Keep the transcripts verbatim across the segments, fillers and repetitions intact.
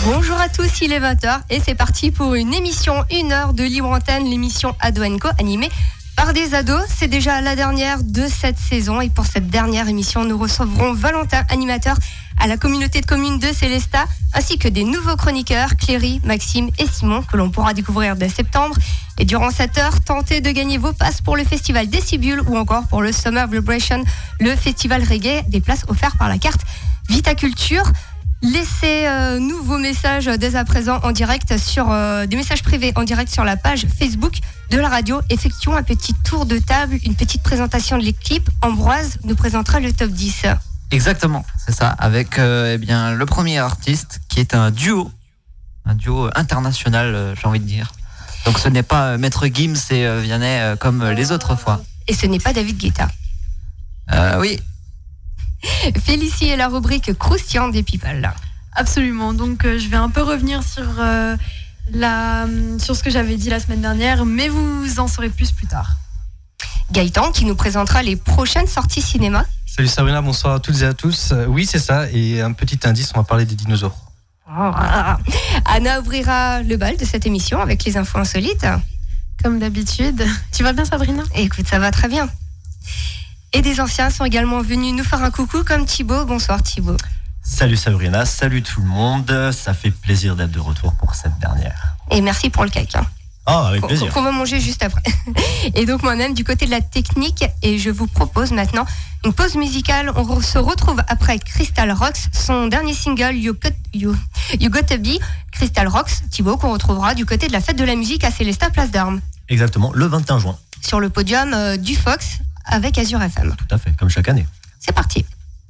Bonjour à tous, il est vingt heures et c'est parti pour une émission, une heure de libre antenne, l'émission Ado and Co animée par des ados. C'est déjà la dernière de cette saison et pour cette dernière émission, nous recevrons Valentin, animateur à la communauté de communes de Célestat, ainsi que des nouveaux chroniqueurs, Cléry, Maxime et Simon, que l'on pourra découvrir dès septembre. Et durant cette heure, tentez de gagner vos passes pour le festival Décibule ou encore pour le Summer Vibration, le festival reggae, des places offertes par la carte Vitaculture. Laissez euh, nous vos messages dès à présent en direct sur euh, des messages privés en direct sur la page Facebook de la radio. Effectuons un petit tour de table, une petite présentation de l'équipe. Ambroise nous présentera le top dix. Exactement, c'est ça, avec euh, eh bien, le premier artiste qui est un duo, un duo international, euh, j'ai envie de dire. Donc ce n'est pas euh, Maître Gims et euh, Vianney euh, comme euh, les autres fois. Et ce n'est pas David Guetta. Euh, oui. Félicie et la rubrique croustillante des people. Absolument, donc euh, je vais un peu revenir sur, euh, la, sur ce que j'avais dit la semaine dernière, mais vous en saurez plus plus tard. Gaëtan qui nous présentera les prochaines sorties cinéma. Salut Sabrina, bonsoir à toutes et à tous. Euh, oui, c'est ça, et un petit indice, on va parler des dinosaures. Oh. Anna ouvrira le bal de cette émission avec les infos insolites. Comme d'habitude. Tu vas bien Sabrina ? Écoute, ça va très bien. Et des anciens sont également venus nous faire un coucou comme Thibaut. Bonsoir Thibaut. Salut Sabrina, salut tout le monde. Ça fait plaisir d'être de retour pour cette dernière. Et merci pour le cake. Hein. Oh, avec plaisir. Qu'on va manger juste après. Et donc moi-même du côté de la technique, et je vous propose maintenant une pause musicale. On se retrouve après Crystal Rocks, son dernier single You Got, you, you Gotta Be. Crystal Rocks, Thibaut, qu'on retrouvera du côté de la fête de la musique à Célestat Place d'Armes. Exactement, le vingt et un juin. Sur le podium euh, du Fox avec Azure F M. Tout à fait, comme chaque année. C'est parti.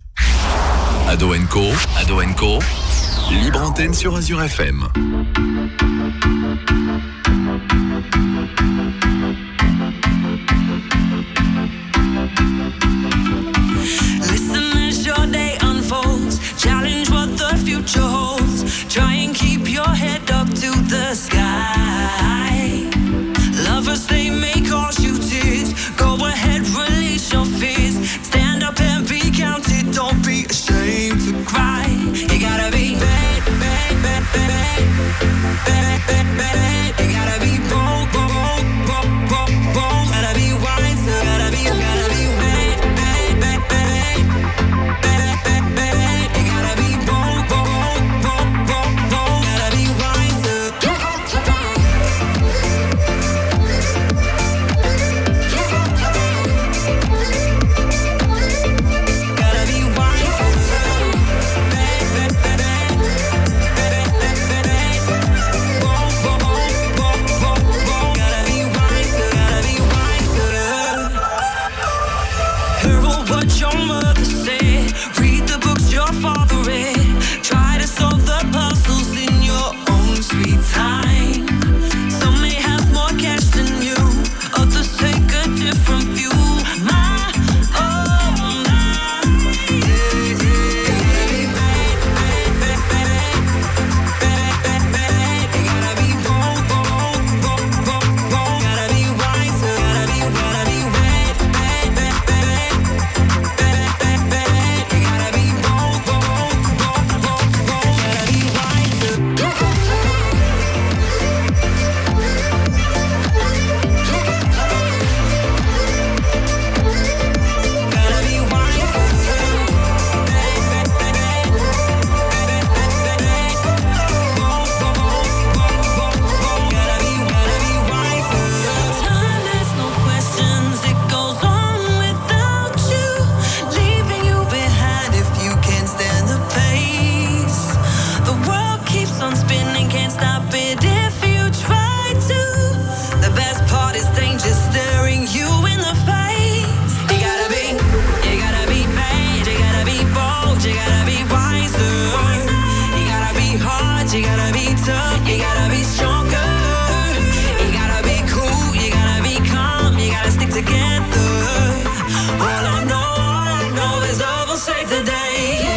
Ado and Co, Ado and Co, libre antenne sur Azure F M. Listen as your day unfolds, challenge what the future holds, try and keep your head up to the sky. Lovers, they may cause you tears, go ahead, release your fears, stand up and be counted, don't be ashamed to cry. You gotta be bad, bad, bad, bad, bad, bad, bad. You gotta be bold, bold, bold, bold, bold. Gotta be wise, gotta be, gotta be bad, bad, bad, bad, bad, bad, bad. You gotta be bold, bold, bold, bold, bold. Gotta be wise. You got to be. Gotta be wise. Bad, bad, bad, bad, bad, bad, bad. Bold, bold, bold, bold, bold. Gotta be wise, gotta be wise. Hear what your mother said, read the books your father read, try to solve the puzzles in your own sweet time. Some may have more cash than you, others take a different view. My, oh my, yeah, yeah. Bad, bad, bad, bad, bad, bad. You gotta be bold, bold, bold, bold, bold. Gotta be wise, gotta be, gotta be bad, bad, bad, bad, bad, bad, bad. You gotta be bold, bold, bold, bold, bold. Gotta be wise. You got to be. Gotta be wise. Bad, bad, bad, bad, bad, bad. Bold, bold, bold, bold, bold. Gotta be, gotta be wise. Time has no questions, it goes on without you, leaving you behind if you can't stand the pace. The world keeps on spinning, can't stop it if you try to. The best part is danger staring you in the face. You gotta be, you gotta be bad, you gotta be bold, you gotta be wiser. You gotta be hard, you gotta be tough, you gotta be stronger. You gotta be cool, you gotta be calm, you gotta stick together. All I know, all I know is love will save the day.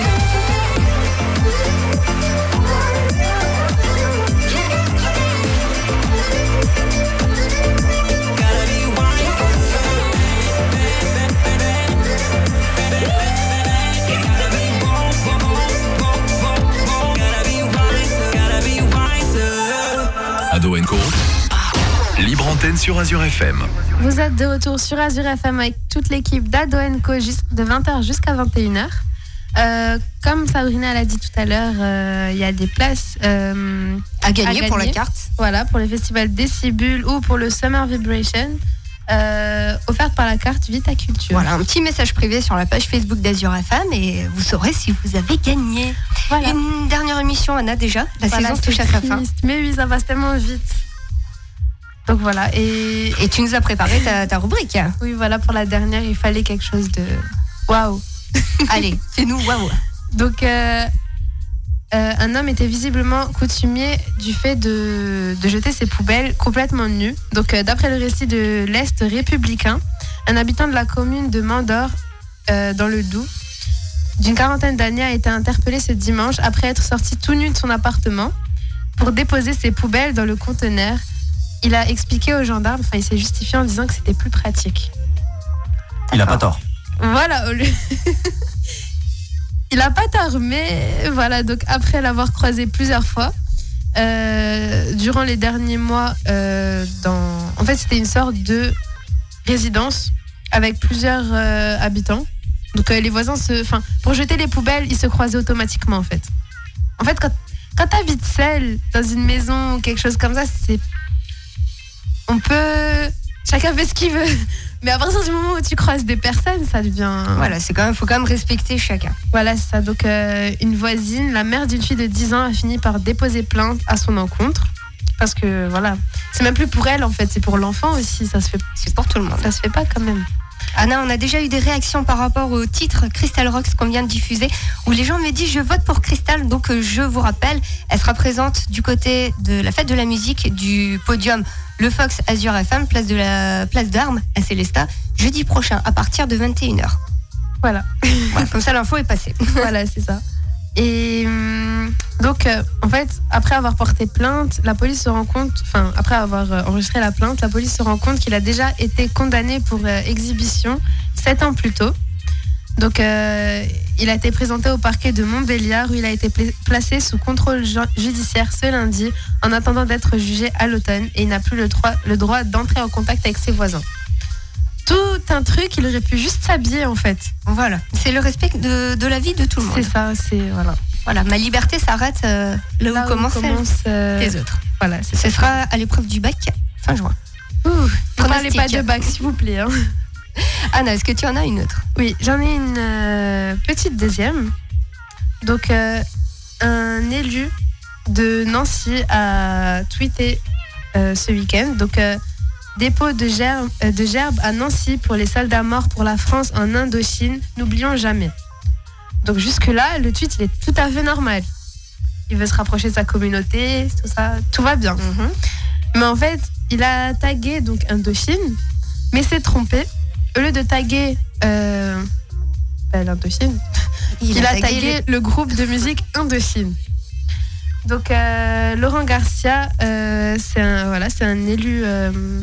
Gotta be wise. Gotta be bold, bold, bold, bold, bold. Gotta be wise. Gotta Ado and Co. Libre antenne sur Azure F M. Vous êtes de retour sur Azure F M avec toute l'équipe d'Ado and Co de vingt heures jusqu'à vingt et une heures. Euh, comme Sabrina l'a dit tout à l'heure, euh, il y a des places euh, À gagner, à gagner pour la carte. Voilà, pour le festival Décibule ou pour le Summer Vibration, euh, offerte par la carte Vita Culture. Voilà, un petit message privé sur la page Facebook d'Azure F M et vous saurez si vous avez gagné. Voilà. Une dernière émission, Anna, déjà. La Voilà, saison c'est touche à sa fin. triste, mais oui, ça passe tellement vite. Donc voilà, et Et tu nous as préparé ta, ta rubrique. oui, voilà, pour la dernière, il fallait quelque chose de waouh. Allez, fais-nous waouh. Donc, euh, euh, un homme était visiblement coutumier du fait de, de jeter ses poubelles complètement nues. Donc, euh, d'après le récit de l'Est républicain, un habitant de la commune de Mandor, euh, dans le Doubs, d'une quarantaine d'années, a été interpellé ce dimanche après être sorti tout nu de son appartement pour déposer ses poubelles dans le conteneur. Il a expliqué aux gendarmes, enfin, il s'est justifié en disant que c'était plus pratique. Il a pas tort. Voilà, au lieu... il a pas tort, mais voilà, donc après l'avoir croisé plusieurs fois, euh, durant les derniers mois, euh, dans... en fait c'était une sorte de résidence avec plusieurs euh, habitants. Donc euh, les voisins, se... enfin, pour jeter les poubelles, ils se croisaient automatiquement en fait. En fait, quand, quand tu habites seul dans une maison ou quelque chose comme ça, c'est... On peut... Chacun fait ce qu'il veut. Mais à partir du moment où tu croises des personnes, ça devient... Voilà, c'est quand même, faut quand même respecter chacun. Voilà, c'est ça. Donc, euh, une voisine, la mère d'une fille de dix ans, a fini par déposer plainte à son encontre. Parce que, voilà, c'est même plus pour elle, en fait, c'est pour l'enfant aussi. Ça se fait, C'est pour tout le monde. ça se fait pas quand même. Anna, on a déjà eu des réactions par rapport au titre Crystal Rocks qu'on vient de diffuser, où les gens me disent je vote pour Crystal. Donc euh, je vous rappelle, elle sera présente du côté de la fête de la musique du podium Le Fox Azure F M, place de la place d'Armes à Célestat, jeudi prochain à partir de vingt et une heures. Voilà. Voilà, comme ça l'info est passée. Voilà, c'est ça. Et hum, donc, euh, en fait, après avoir porté plainte, la police se rend compte, enfin, après avoir euh, enregistré la plainte, la police se rend compte qu'il a déjà été condamné pour euh, exhibition sept ans plus tôt. Donc, euh, il a été présenté au parquet de Montbéliard où il a été pla- placé sous contrôle ju- judiciaire ce lundi en attendant d'être jugé à l'automne et il n'a plus le droit, le droit d'entrer en contact avec ses voisins. Tout un truc, il aurait pu juste s'habiller en fait. Voilà, c'est le respect de, de la vie de tout le monde. C'est ça, c'est voilà. Voilà, ma liberté s'arrête euh, là, Là où commencent euh, les autres. Voilà, c'est Ce sera à l'épreuve du bac fin juin. Ouh, ne parlez Pronostic. pas de bac, s'il vous plaît. hein. Anna, est-ce que tu en as une autre? Oui, j'en ai une euh, petite deuxième. Donc, euh, un élu de Nancy a tweeté euh, ce week-end. Donc, euh, dépôt de gerbes, euh, de gerbes à Nancy pour les soldats morts pour la France en Indochine. N'oublions jamais. Donc, jusque-là, le tweet, il est tout à fait normal. Il veut se rapprocher de sa communauté, tout ça, tout va bien. Mais en fait, il a tagué donc Indochine, mais s'est trompé. Au lieu de taguer euh, ben, l'Indochine, il, il a tagué, tagué le groupe de musique Indochine. Donc euh, Laurent Garcia, euh, c'est un voilà, c'est un élu, euh,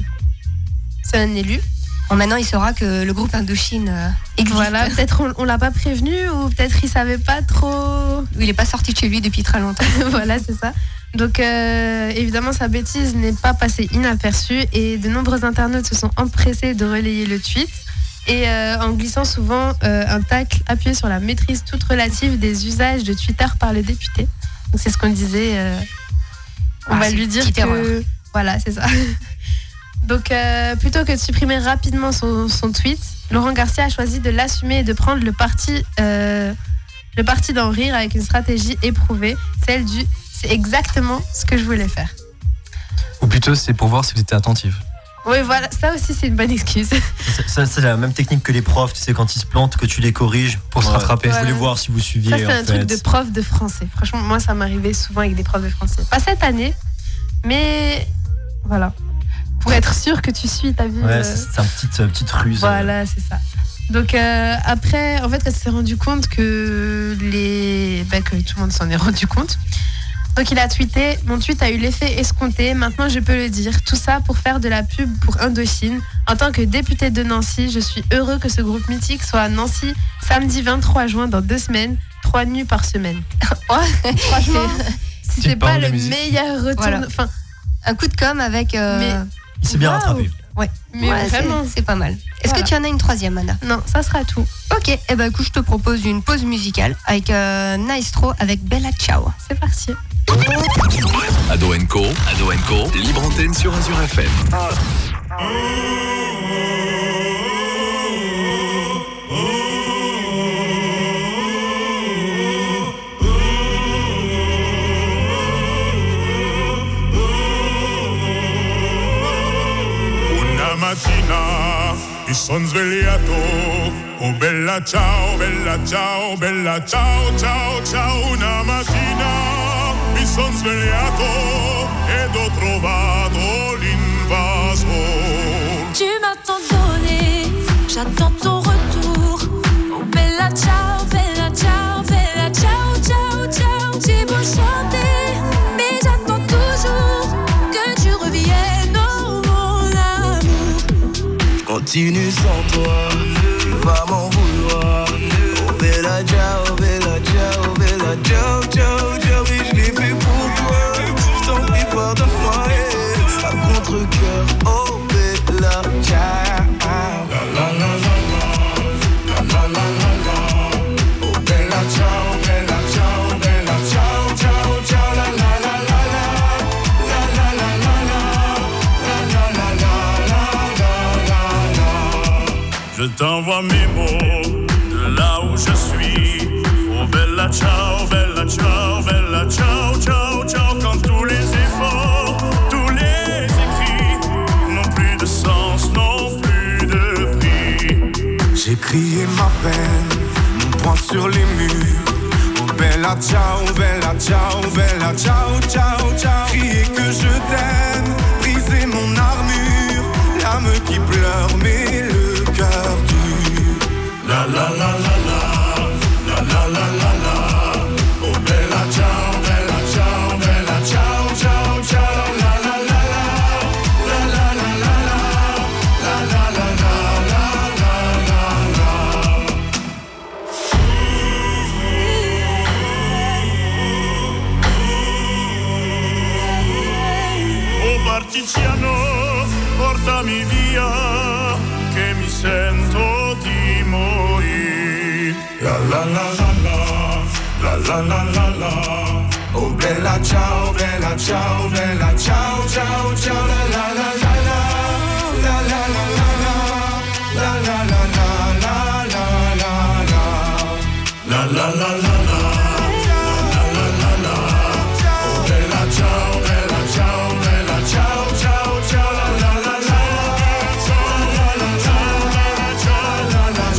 c'est un élu. Bon, maintenant, il saura que le groupe Indochine euh, existe. Voilà, peut-être on, on l'a pas prévenu ou peut-être il savait pas trop. Il n'est pas sorti de chez lui depuis très longtemps. Voilà, c'est ça. Donc euh, évidemment, sa bêtise n'est pas passée inaperçue et de nombreux internautes se sont empressés de relayer le tweet et euh, en glissant souvent euh, un tacle appuyé sur la maîtrise toute relative des usages de Twitter par le député. Donc c'est ce qu'on disait. Euh, on Ah, va c'est lui une dire petite que erreur. voilà, c'est ça. Donc euh, plutôt que de supprimer rapidement son, son tweet, Laurent Garcia a choisi de l'assumer et de prendre le parti, euh, le parti d'en rire avec une stratégie éprouvée, celle du c'est exactement ce que je voulais faire. Ou plutôt, c'est pour voir si vous étiez attentive. Oui, voilà, ça aussi c'est une bonne excuse. Ça, ça, c'est la même technique que les profs, tu sais, quand ils se plantent, que tu les corriges. Pour se rattraper. Je voulais Voilà. voir si vous suiviez. Ça c'est en un fait. truc de prof de français. Franchement, moi ça m'arrivait souvent avec des profs de français. Pas cette année, mais voilà. Pour être sûr que tu suis ta vie. Ouais, euh, c'est, c'est une petite, euh, petite ruse. Voilà, c'est ça. Donc euh, après, en fait, elle s'est rendu compte que les, bah, que tout le monde s'en est rendu compte. Donc il a tweeté, mon tweet a eu l'effet escompté. Maintenant, je peux le dire. Tout ça pour faire de la pub pour Indochine. En tant que député de Nancy, je suis heureux que ce groupe mythique soit à Nancy samedi vingt-trois juin dans deux semaines, trois nuits par semaine. Ouais, franchement, si Petite c'est pas parole de le musique. meilleur retour, Voilà. enfin. un coup de com' avec. euh, Mais- Il s'est bien Waouh. rattrapé. Mais ouais, c'est- vraiment. c'est pas mal. Est-ce Voilà. que tu en as une troisième, Anna? Non, ça sera tout. Ok, et ben écoute, je te propose une pause musicale avec euh, Naestro avec Bella Ciao. C'est parti. Ado and Co, Ado and Co, libre antenne sur Azure F M. Una mattina mi son svegliato, oh bella ciao, bella ciao, bella ciao, ciao, ciao. Una mattina mi son svegliato ed ho trovato l'invaso. Tu m'as tant donné, j'attends ton retour. Oh bella ciao, bella ciao, bella ciao, ciao, ciao. J'ai beau chanter, mais j'attends toujours que tu reviennes, oh mon amour. Continue sans toi, tu vas m'en vouloir. Oh bella ciao, bella ciao, bella ciao, ciao, ciao. Oui, je l'ai fait pour toi. Je t'en prie, pardonne-moi. eh. À contre-cœur, oh bella ciao. La la la la la, la la la la la. Oh bella ciao, bella ciao, bella ciao, ciao, ciao. La la la la la, la la la la la, la la la la la. Je t'envoie mes mots de là où je suis. Oh bella ciao, bella ciao, bella ciao, ciao, ciao. Quand tous les efforts, tous les écrits n'ont plus de sens, n'ont plus de prix. J'ai crié ma peine, mon poing sur les murs. Oh bella ciao, bella ciao, bella ciao, ciao, ciao. Crier que je t'aime, briser mon armure. L'âme qui pleure, mais le cœur dur. La la la la la, la la la la la. Oh bella ciao, bella ciao, bella ciao, ciao, ciao. La la la la, la la la la la, la la la la la la la la. Oh partigiano, portami via, che mi sento di morire. La la la la la, la la la la la. Oh bella ciao, bella ciao, bella ciao, ciao, ciao. La la la la la, la la la la la, la la la la la la la. La la la la la, la la la la. Oh bella ciao, bella ciao, bella ciao, ciao, ciao. La la la la, la la la la, la la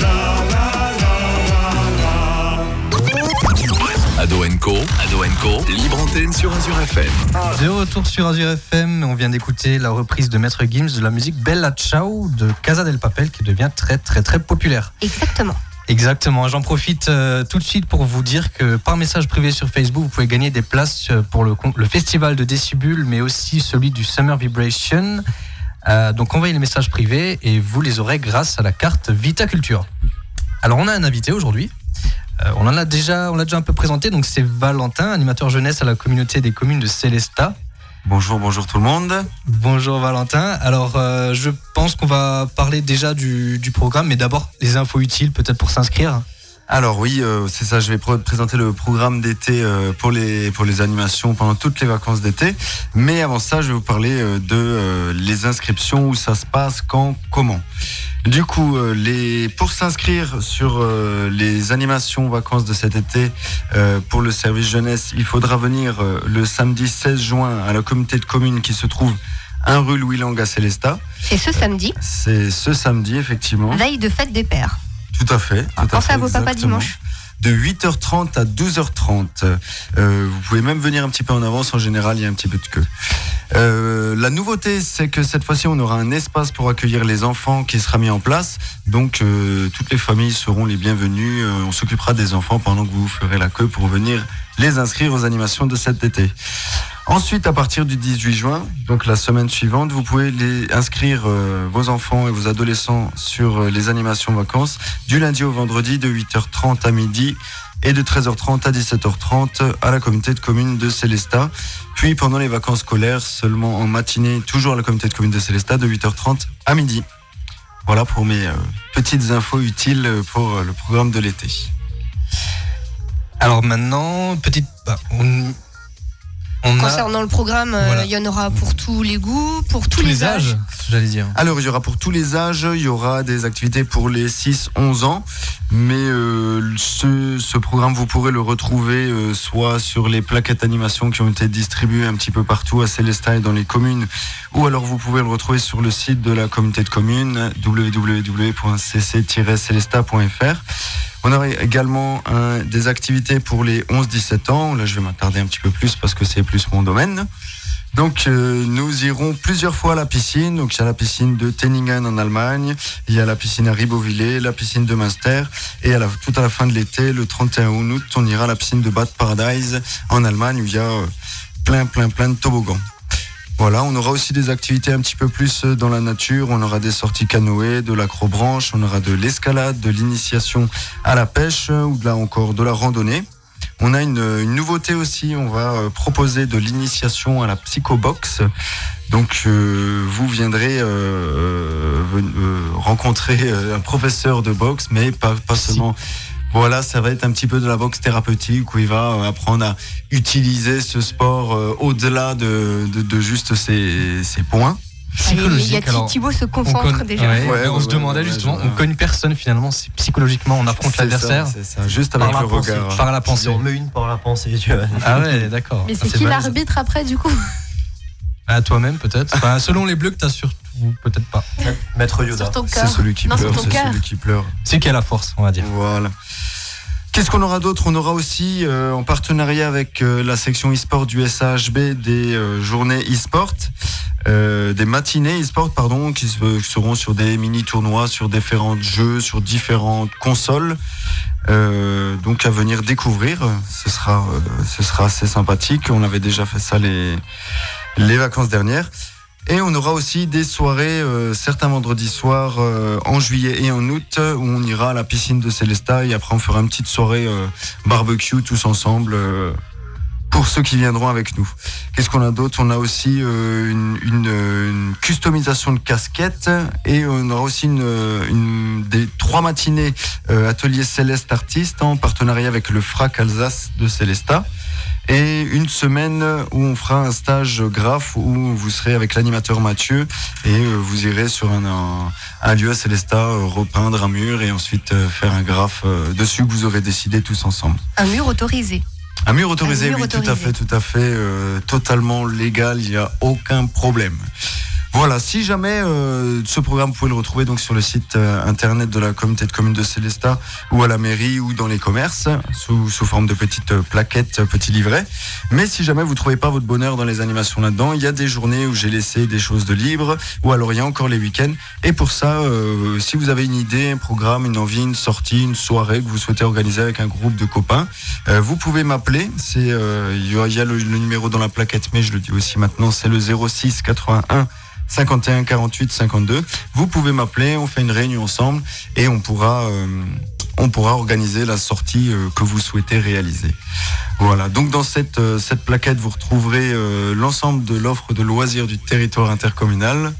la la. Ado and Co, Ado and Co, libre antenne sur Azure F M. De retour sur Azure F M, on vient d'écouter la reprise de Maître Gims de la musique Bella Ciao de Casa del Papel qui devient très très très populaire. Exactement. Exactement, j'en profite euh, tout de suite pour vous dire que par message privé sur Facebook, vous pouvez gagner des places pour le, le festival de Décibule, mais aussi celui du Summer Vibration. Euh, donc envoyez les messages privés et vous les aurez grâce à la carte Vita Culture. Alors on a un invité aujourd'hui. Euh, on en a déjà, on l'a déjà un peu présenté, donc c'est Valentin, animateur jeunesse à la communauté des communes de Célestat. Bonjour, bonjour tout le monde. Bonjour Valentin. Alors euh, je pense qu'on va parler déjà du, du programme, mais d'abord les infos utiles peut-être pour s'inscrire. Alors oui, euh, c'est ça, je vais pr- présenter le programme d'été euh, pour les pour les animations pendant toutes les vacances d'été. Mais avant ça, je vais vous parler euh, de euh, les inscriptions, où ça se passe, quand, comment. Du coup, euh, les, pour s'inscrire sur euh, les animations vacances de cet été euh, pour le service jeunesse, il faudra venir euh, le samedi seize juin à la communauté de communes qui se trouve un rue Louis Lang à Célestat. C'est ce samedi, C'est ce samedi, effectivement. veille de fête des pères. Tout à fait. Tout à Pensez fait, à vos papas exactement. dimanche. De huit heures trente à douze heures trente. Euh, vous pouvez même venir un petit peu en avance. En général, il y a un petit peu de queue. Euh, la nouveauté, c'est que cette fois-ci, on aura un espace pour accueillir les enfants qui sera mis en place. Donc, euh, toutes les familles seront les bienvenues. Euh, on s'occupera des enfants pendant que vous ferez la queue pour venir les inscrire aux animations de cet été. Ensuite, à partir du dix-huit juin, donc la semaine suivante, vous pouvez les inscrire euh, vos enfants et vos adolescents sur euh, les animations vacances du lundi au vendredi de huit heures trente à midi et de treize heures trente à dix-sept heures trente à la communauté de communes de Célestat. Puis pendant les vacances scolaires, seulement en matinée, toujours à la communauté de communes de Célestat, de huit heures trente à midi. Voilà pour mes euh, petites infos utiles pour euh, le programme de l'été. Alors maintenant, petite... bah, on, on a Concernant le programme, euh, Voilà. il y en aura pour tous les goûts, pour tous, tous les âges, j'allais dire. Alors, il y aura pour tous les âges, il y aura des activités pour les six onze ans, mais euh, ce, ce programme, vous pourrez le retrouver euh, soit sur les plaquettes d'animation qui ont été distribuées un petit peu partout à Célestat et dans les communes, ou alors vous pouvez le retrouver sur le site de la communauté de communes, w w w point c c tiret célestat point f r. On aura également un, des activités pour les onze dix-sept ans. Là, je vais m'attarder un petit peu plus parce que c'est plus mon domaine. Donc, euh, nous irons plusieurs fois à la piscine. Donc, il y a la piscine de Tenningen en Allemagne, il y a la piscine à Ribeauvillé, la piscine de Münster, et à la, tout à la fin de l'été, le trente et un août, on ira à la piscine de Bad Paradise en Allemagne où il y a euh, plein, plein, plein de toboggans. Voilà, on aura aussi des activités un petit peu plus dans la nature. On aura des sorties canoë, de l'acrobranche, on aura de l'escalade, de l'initiation à la pêche ou de là encore de la randonnée. On a une, une nouveauté aussi, on va euh, proposer de l'initiation à la psychobox. Donc euh, vous viendrez euh, euh, euh, rencontrer euh, un professeur de boxe, mais pas, pas seulement... Voilà, ça va être un petit peu de la boxe thérapeutique où il va euh, apprendre à utiliser ce sport euh, au-delà de, de, de juste ses, ses points. Allez, mais il y a alors, Thibaut se on, concentre conna- déjà. ouais, Ouais, on ouais, se ouais, demandait ouais, justement, ouais, on ouais. connaît personne finalement, c'est psychologiquement, on affronte C'est l'adversaire ça, c'est ça, juste avec par le la pensée. regard. Par la pensée. On met une par la pensée, tu vois. Ah ouais, d'accord. Mais Ah, c'est qui balèze. l'arbitre après, du coup? À toi-même peut-être. Enfin, selon les bleus que t'as sur ou peut-être pas. Maître Yoda. Sur ton C'est cœur. celui qui Non, pleure, sur ton c'est cœur. celui qui pleure. C'est qui a la force, on va dire. Voilà. Qu'est-ce qu'on aura d'autre? On aura aussi, euh, en partenariat avec euh, la section e-sport du S A H B, des euh, journées e-sport, euh, des matinées e-sport, pardon, qui se- seront sur des mini-tournois, sur différents jeux, sur différentes consoles. Euh, donc à venir découvrir, ce sera, euh, ce sera assez sympathique. On avait déjà fait ça les, les vacances dernières. Et on aura aussi des soirées, euh, certains vendredis soirs euh, en juillet et en août, où on ira à la piscine de Célestat et après on fera une petite soirée euh, barbecue tous ensemble euh, pour ceux qui viendront avec nous. Qu'est-ce qu'on a d'autre? On a aussi euh, une, une, une customisation de casquettes et on aura aussi une, une des trois matinées euh, atelier Céleste Artiste en partenariat avec le Frac Alsace de Célestat. Et une semaine où on fera un stage graphe où vous serez avec l'animateur Mathieu et euh, vous irez sur un, un, un lieu à Célestat euh, repeindre un mur et ensuite euh, faire un graphe euh, dessus que vous aurez décidé tous ensemble. Un mur autorisé. Un mur autorisé, Un mur oui, autorisé. tout à fait, tout à fait, euh, totalement légal, il n'y a aucun problème. Voilà, si jamais euh, ce programme, vous pouvez le retrouver donc sur le site euh, internet de la communauté de communes de Célestat ou à la mairie ou dans les commerces sous, sous forme de petites euh, plaquettes, euh, petits livrets. Mais si jamais vous trouvez pas votre bonheur dans les animations là-dedans, il y a des journées où j'ai laissé des choses de libre ou alors il y a encore les week-ends. Et pour ça, euh, si vous avez une idée, un programme, une envie, une sortie, une soirée que vous souhaitez organiser avec un groupe de copains, euh, vous pouvez m'appeler. C'est euh, il y a, il y a le, le numéro dans la plaquette, mais je le dis aussi maintenant, c'est le zéro six quatre-vingt-un cinquante et un quarante-huit cinquante-deux. Vous pouvez m'appeler, on fait une réunion ensemble et on pourra, euh, on pourra organiser la sortie euh, que vous souhaitez réaliser. Voilà, donc dans cette, euh, cette plaquette, vous retrouverez euh, l'ensemble de l'offre de loisirs du territoire intercommunal.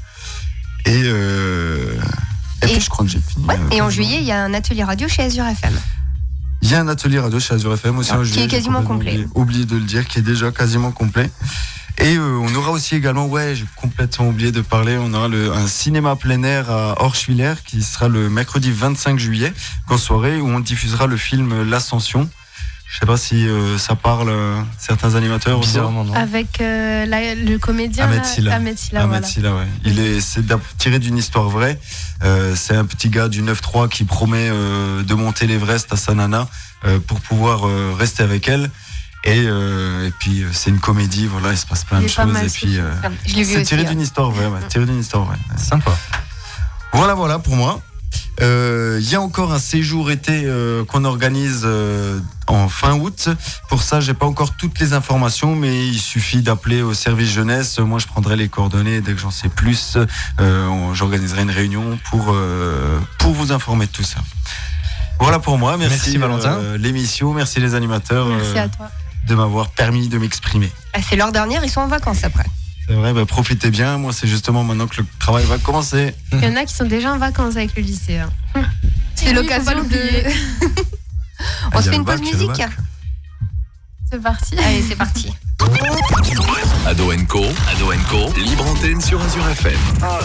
Et, euh, et, Et- puis je crois que j'ai fini. Ouais, euh, et en comme juillet, il y a un atelier radio chez Azure F M. Il y a un atelier radio chez Azure F M aussi Ah, en qui juillet, est j'ai quasiment complètement complet. Oublié, oublié de le dire, qui est déjà quasiment complet. Et euh, on aura aussi également, ouais, j'ai complètement oublié de parler, on aura le, un cinéma plein air à Orschwiller qui sera le mercredi vingt-cinq juillet, en soirée, où on diffusera le film L'Ascension. Je sais pas si euh, ça parle euh, certains animateurs. autour. Bizarrement, non. Avec euh, la- le comédien Ahmed là, Silla. Ahmed Silla, Ahmed voilà. Silla, ouais. Il est, c'est d'ap- tiré d'une histoire vraie. Euh, c'est un petit gars du neuf trois qui promet euh, de monter l'Everest à sa nana euh, pour pouvoir euh, rester avec elle. Et, euh, et puis euh, c'est une comédie, voilà, il se passe plein Il de est pas choses. mal, Et ce puis film. euh, Je l'ai vu c'est aussi. tiré hein. d'une histoire vraie, ouais, tiré d'une histoire vraie. Sympa. Voilà, voilà pour moi. Euh, Il y a encore un séjour été euh, qu'on organise euh, en fin août. Pour ça, j'ai pas encore toutes les informations, mais il suffit d'appeler au service jeunesse. Moi, je prendrai les coordonnées dès que j'en sais plus. Euh, on- J'organiserai une réunion pour euh, pour vous informer de tout ça. Voilà pour moi. Merci, Merci, Valentin. euh, l'émission, merci les animateurs Merci euh, à toi. de m'avoir permis de m'exprimer. Ah, c'est l'heure dernière, ils sont en vacances après. C'est vrai, bah, profitez bien. Moi, c'est justement maintenant que le travail va commencer. Il y en a qui sont déjà en vacances avec le lycée. hein. C'est Et lui, l'occasion faut pas l'oublier. de. Ah, On il y se a fait le une bac, pause il y a le musique. bac. C'est parti. Allez, c'est parti. Ado and Co, Ado and Co, libre antenne sur Azure F M.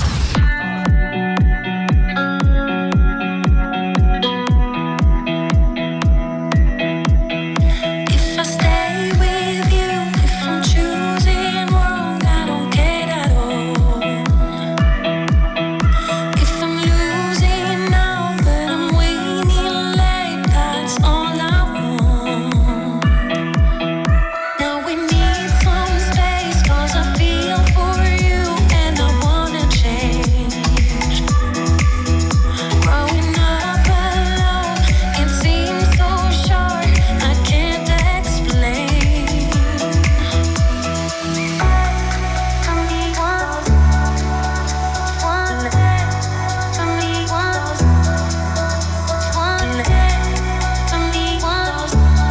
If I stay with you, if I'm choosing wrong, I don't care at all. If I'm losing now, but I'm winning late, that's all I want. Now we need some space, 'cause I feel for you and I wanna change. Growing up alone, it seems so short, I can't explain. For me, one, one, for me, one, one, for me, one,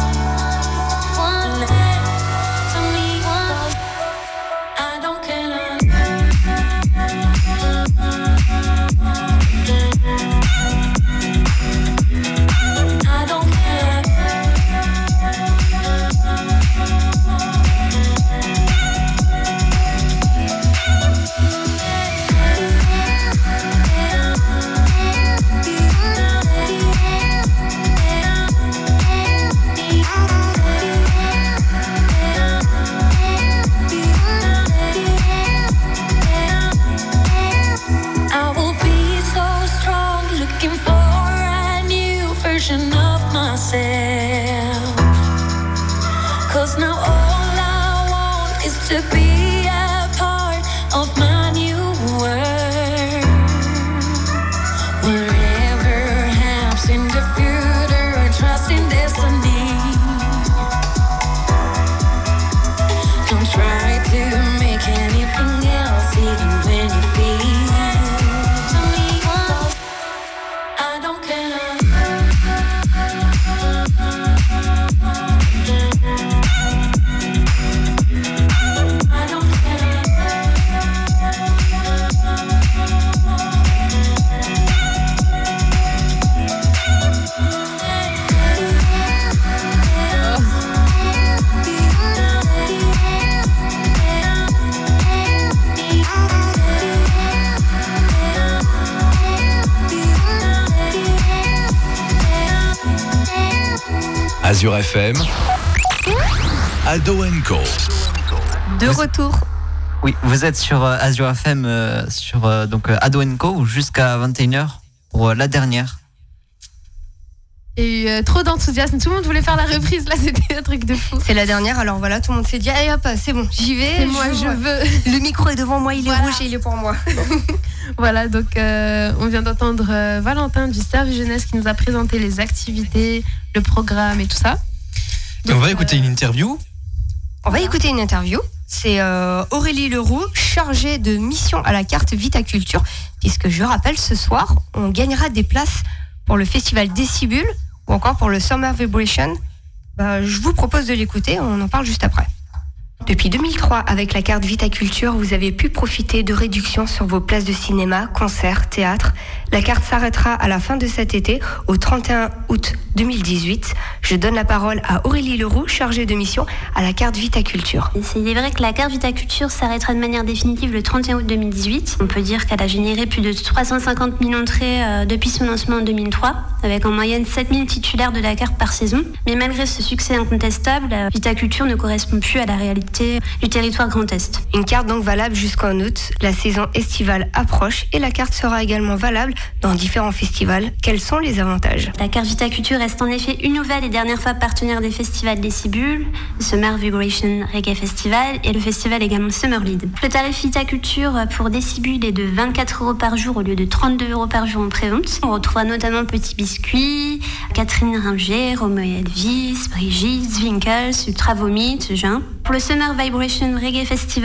one, for me, one. I don't care. I don't care. I will be so strong, looking for a new version of myself. 'Cause now all I want is to be a part of my new world. Whatever happens in the future, I trust in destiny. Don't try to make anything else, even when you feel. To me, one, I don't care. I don't Azure F M, Ado and Co. De retour. Oui, vous êtes sur euh, Azure F M, euh, sur euh, donc euh, Ado and Co jusqu'à vingt et une heures pour euh, la dernière. Il y a eu euh, trop d'enthousiasme. Tout le monde voulait faire la reprise. Là, c'était un truc de fou. C'est la dernière, alors voilà, tout le monde s'est dit, allez hop, c'est bon, j'y vais. C'est moi, je veux. Le micro est devant moi, il est Voilà. rouge et il est pour moi. Voilà, donc euh, on vient d'entendre euh, Valentin du service jeunesse qui nous a présenté les activités, le programme et tout ça. Et on va Donc, écouter euh, une interview. On va écouter une interview. C'est euh, Aurélie Leroux, chargée de mission à la carte Vitaculture, puisque je rappelle, ce soir, on gagnera des places pour le festival Décibule ou encore pour le Summer Vibration. Bah, je vous propose de l'écouter, on en parle juste après. Depuis deux mille trois, avec la carte Vitaculture, vous avez pu profiter de réductions sur vos places de cinéma, concerts, théâtre. La carte s'arrêtera à la fin de cet été, au trente et un août deux mille dix-huit. Je donne la parole à Aurélie Leroux, chargée de mission à la carte Vitaculture. C'est vrai que la carte Vitaculture s'arrêtera de manière définitive le trente et un août deux mille dix-huit. On peut dire qu'elle a généré plus de trois cent cinquante mille entrées euh, depuis son lancement en deux mille trois, avec en moyenne sept mille titulaires de la carte par saison. Mais malgré ce succès incontestable, la Vitaculture ne correspond plus à la réalité du territoire Grand Est. Une carte donc valable jusqu'en août. La saison estivale approche et la carte sera également valable dans différents festivals. Quels sont les avantages ? La carte Vitaculture reste en effet une nouvelle et dernière fois partenaire des festivals Décibule, le Summer Vibration Reggae Festival et le festival également Summer Lead. Le tarif Vitaculture pour Décibule est de vingt-quatre euros par jour au lieu de trente-deux euros par jour en prévente. On retrouvera notamment Petit Biscuit, Catherine Ringer, Romo et Elvis, Brigitte, Zwinkels, Ultra Vomit, Jean. Pour le Summer Vibration Reggae Festival,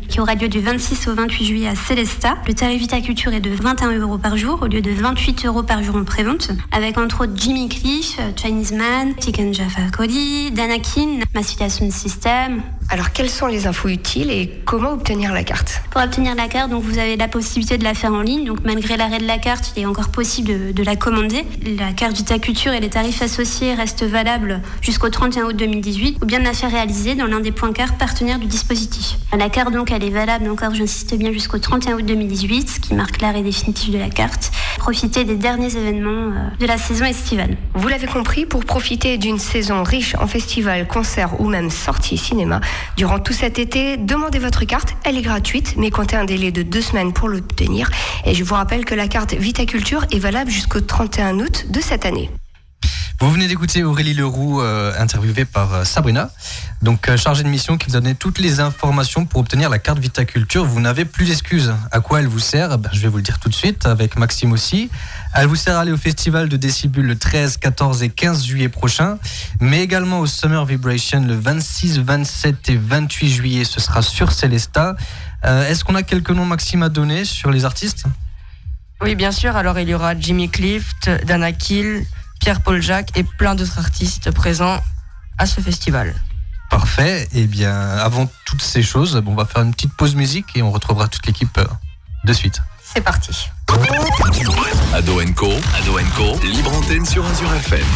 qui aura lieu du vingt-six au vingt-huit juillet à Célestat. Le tarif Vitaculture est de vingt et un euros par jour au lieu de vingt-huit euros par jour en prévente, avec entre autres Jimmy Cliff, Chinese Man, Chicken Jaffa Cody, Danakin, Massilia Sound System. Alors, quelles sont les infos utiles et comment obtenir la carte? Pour obtenir la carte, donc vous avez la possibilité de la faire en ligne. Donc malgré l'arrêt de la carte, il est encore possible de, de la commander. La carte Vitaculture et les tarifs associés restent valables jusqu'au trente et un août deux mille dix-huit, ou bien de la faire réaliser dans l'un des points cartes partenaires du dispositif. La carte, donc, elle est valable encore, j'insiste bien, jusqu'au trente et un août deux mille dix-huit, ce qui marque l'arrêt définitif de la carte. Profitez des derniers événements euh, de la saison estivale. Vous l'avez compris, pour profiter d'une saison riche en festivals, concerts ou même sorties cinéma, durant tout cet été, demandez votre carte. Elle est gratuite, mais comptez un délai de deux semaines pour l'obtenir. Et je vous rappelle que la carte Vitaculture est valable jusqu'au trente et un août de cette année. Vous venez d'écouter Aurélie Leroux, euh, interviewée par euh, Sabrina, donc euh, chargée de mission, qui vous donnait toutes les informations pour obtenir la carte Vitaculture. Vous n'avez plus d'excuses. À quoi elle vous sert? Ben, je vais vous le dire tout de suite, avec Maxime aussi. Elle vous sert à aller au festival de Décibule le treize, quatorze et quinze juillet prochain, mais également au Summer Vibration le vingt-six, vingt-sept et vingt-huit juillet. Ce sera sur Célestat. Euh, est-ce qu'on a quelques noms, Maxime, à donner sur les artistes? Oui, bien sûr. Alors, il y aura Jimmy Clift, Dana Kill, Pierre-Paul Jacques et plein d'autres artistes présents à ce festival. Parfait. Eh bien, avant toutes ces choses, bon, on va faire une petite pause musique et on retrouvera toute l'équipe euh, de suite. C'est parti. Ado and Co, Ado and Co, libre antenne sur Azure F M.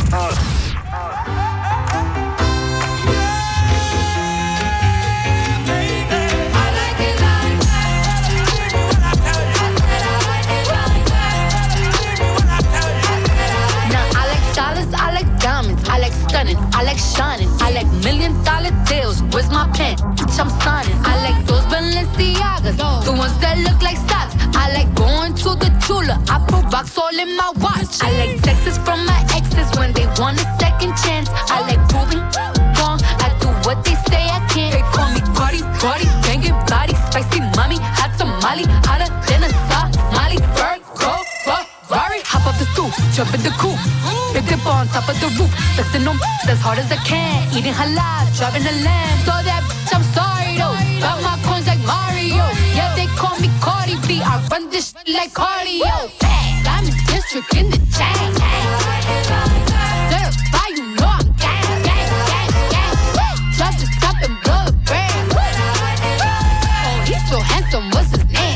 I like stunning, I like shining, I like million dollar deals. Where's my pen? Bitch, I'm signing. I like those Balenciagas, the ones that look like socks. I like going to the Tula, I put rocks all in my watch. I like texts from my exes when they want a second chance. I like proving wrong, I do what they say I can't. They call me Cardi, Cardi, banging body, spicy mommy, hot tamale, hotter than a Somali. Virgo, Ferrari, hop up the stoop, jump in the coupe. Big dip on top of the roof, flexing them as hard as I can. Eating halal, driving a lamb. So that bitch, I'm sorry though. Got my coins like Mario. Yeah, they call me Cardi B. I run this shit like cardio. I'm in district in the chain. Certified, you know I'm gang, gang, gang, gang. Drop the top and blow the brand. Oh, he's so handsome, what's his name?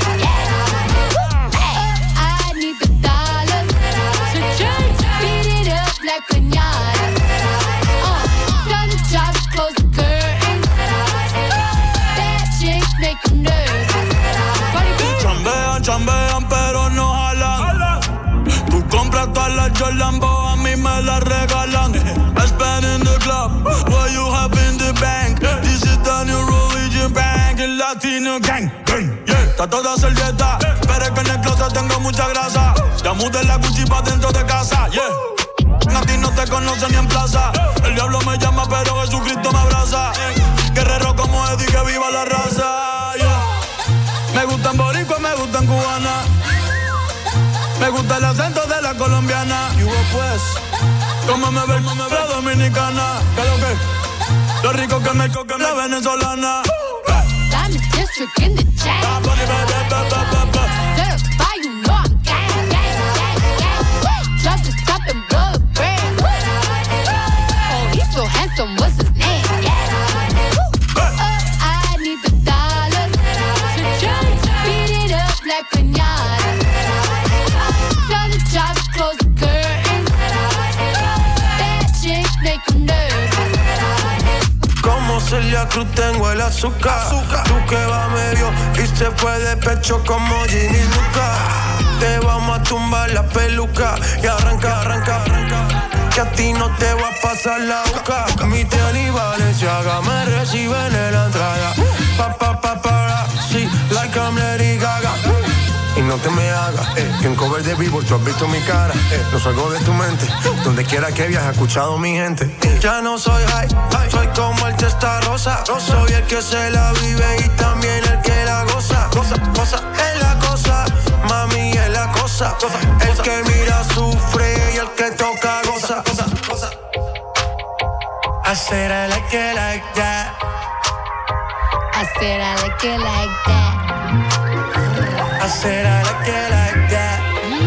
I need the dollars to change. Beat it up like pinata. Uh, tell the job, close the curtains. That chick make you nervous. Chambean, chambean, pero no jalan. Tú compras todas las Jordan, a mí me las regalan. I spend in the club, what you have in the bank. This is the new religion bank, el latino gang. Yeah, está toda servieta, pero es que en el closet tengo mucha grasa. Ya mudé la Gucci pa' dentro de casa, yeah. A ti no te conocen ni en plaza. El diablo me llama, pero Jesucristo me abraza. Guerrero como Eddie, que viva la raza, yeah. Me gustan boricua, me gustan cubana. Me gusta el acento de la colombiana. Y vos pues, como me ven, me ve dominicana. ¿Qué lo que? Lo rico que me coque la venezolana. I'm in district in the chain. Certified, you know I'm gang, gang, gang, gang. Drop the top and blow the brand. Oh, he's so handsome, what's his name? I need the dollars to change. Beat it up like pinata. Tell the job, close the curtains. That chick make you nervous. Como Celia Cruz tengo el azúcar. azúcar. Tú que va medio y se fue de pecho como Ginny Luca. Te vamos a tumbar la peluca y arranca, arranca, arranca. Que a ti no te va a pasar la boca. Mi tenis Balenciaga me reciben en la entrada. Pa, pa, pa, para, sí, like I'm Lady Gaga. Y no te me hagas, eh, que en cover de Billboard tú has visto mi cara, eh, no salgo de tu mente, donde quiera que viajes, he escuchado mi gente. Eh. Ya no soy high, high, soy como el testa rosa, rosa, soy el que se la vive y también el que la goza, goza, goza, es la cosa, mami es la cosa, cosa, el cosa. Que mira sufre y el que toca goza, goza, goza. I said I like it like that. I said I like like it like that. I said I like it like that.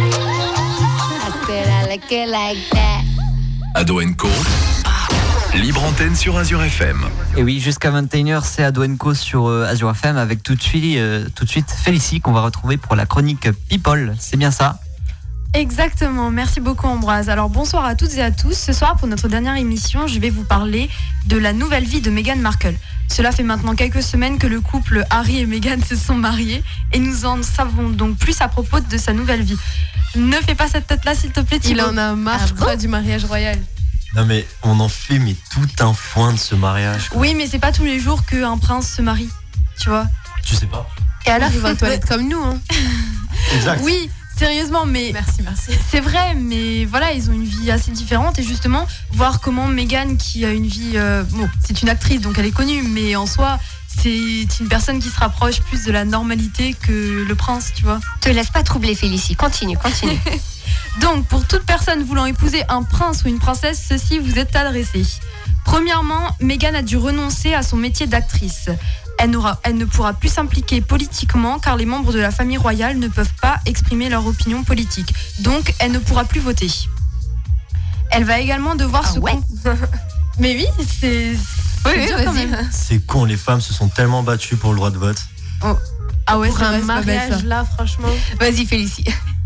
I said I like it like that. Ado and Co. Libre antenne sur Azure F M. Et oui, jusqu'à vingt et une heures, c'est Ado and Co sur euh, Azure F M avec tout de suite, euh, tout de suite Félicie qu'on va retrouver pour la chronique People. C'est bien ça? Exactement, merci beaucoup Ambroise. Alors bonsoir à toutes et à tous. Ce soir pour notre dernière émission, je vais vous parler de la nouvelle vie de Meghan Markle. Cela fait maintenant quelques semaines que le couple Harry et Meghan se sont mariés et nous en savons donc plus à propos de sa nouvelle vie. Ne fais pas cette tête là s'il te plaît Thibaut. Il en a marre, Ah je crois, bon du mariage royal. Non mais on en fait mais tout un foin de ce mariage. quoi. Oui mais c'est pas tous les jours qu'un prince se marie, tu vois. Tu sais pas. Et alors il va aux toilettes comme nous hein. Exact. Oui, sérieusement, mais Merci, merci. c'est vrai, mais voilà, ils ont une vie assez différente et justement, voir comment Meghan, qui a une vie, euh, bon, c'est une actrice donc elle est connue, mais en soi, c'est une personne qui se rapproche plus de la normalité que le prince, tu vois. Te laisse pas troubler, Félicie. Continue, continue. Donc, pour toute personne voulant épouser un prince ou une princesse, ceci vous est adressé. Premièrement, Meghan a dû renoncer à son métier d'actrice. Elle, n'aura, elle ne pourra plus s'impliquer politiquement car les membres de la famille royale ne peuvent pas exprimer leur opinion politique. Donc, elle ne pourra plus voter. Elle va également devoir Ah se... ouais. con- Mais oui, c'est... Oui, c'est oui, dur quand vas-y. même. C'est con, les femmes se sont tellement battues pour le droit de vote. Ah ouais, Pour c'est un vrai, c'est pas bête, ça. mariage là, franchement. Vas-y, Félicie.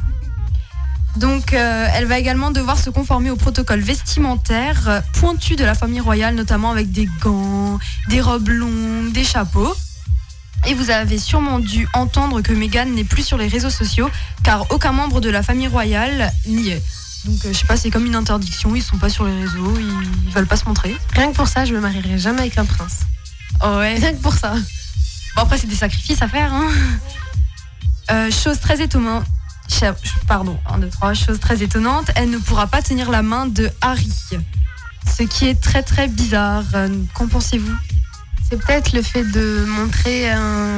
Donc, euh, elle va également devoir se conformer au protocole vestimentaire euh, pointu de la famille royale, notamment avec des gants, des robes longues, des chapeaux. Et vous avez sûrement dû entendre que Meghan n'est plus sur les réseaux sociaux, car aucun membre de la famille royale n'y est. Donc, euh, je sais pas, c'est comme une interdiction, ils sont pas sur les réseaux, ils, ils veulent pas se montrer. Rien que pour ça, je me marierai jamais avec un prince. Oh ouais. Rien que pour ça. Bon, après, c'est des sacrifices à faire. Hein. Euh, chose très étonnante. Cha- Pardon, un, deux, trois. Chose très étonnante, elle ne pourra pas tenir la main de Harry. Ce qui est très très bizarre. Euh, Qu'en pensez-vous? C'est peut-être le fait de montrer un...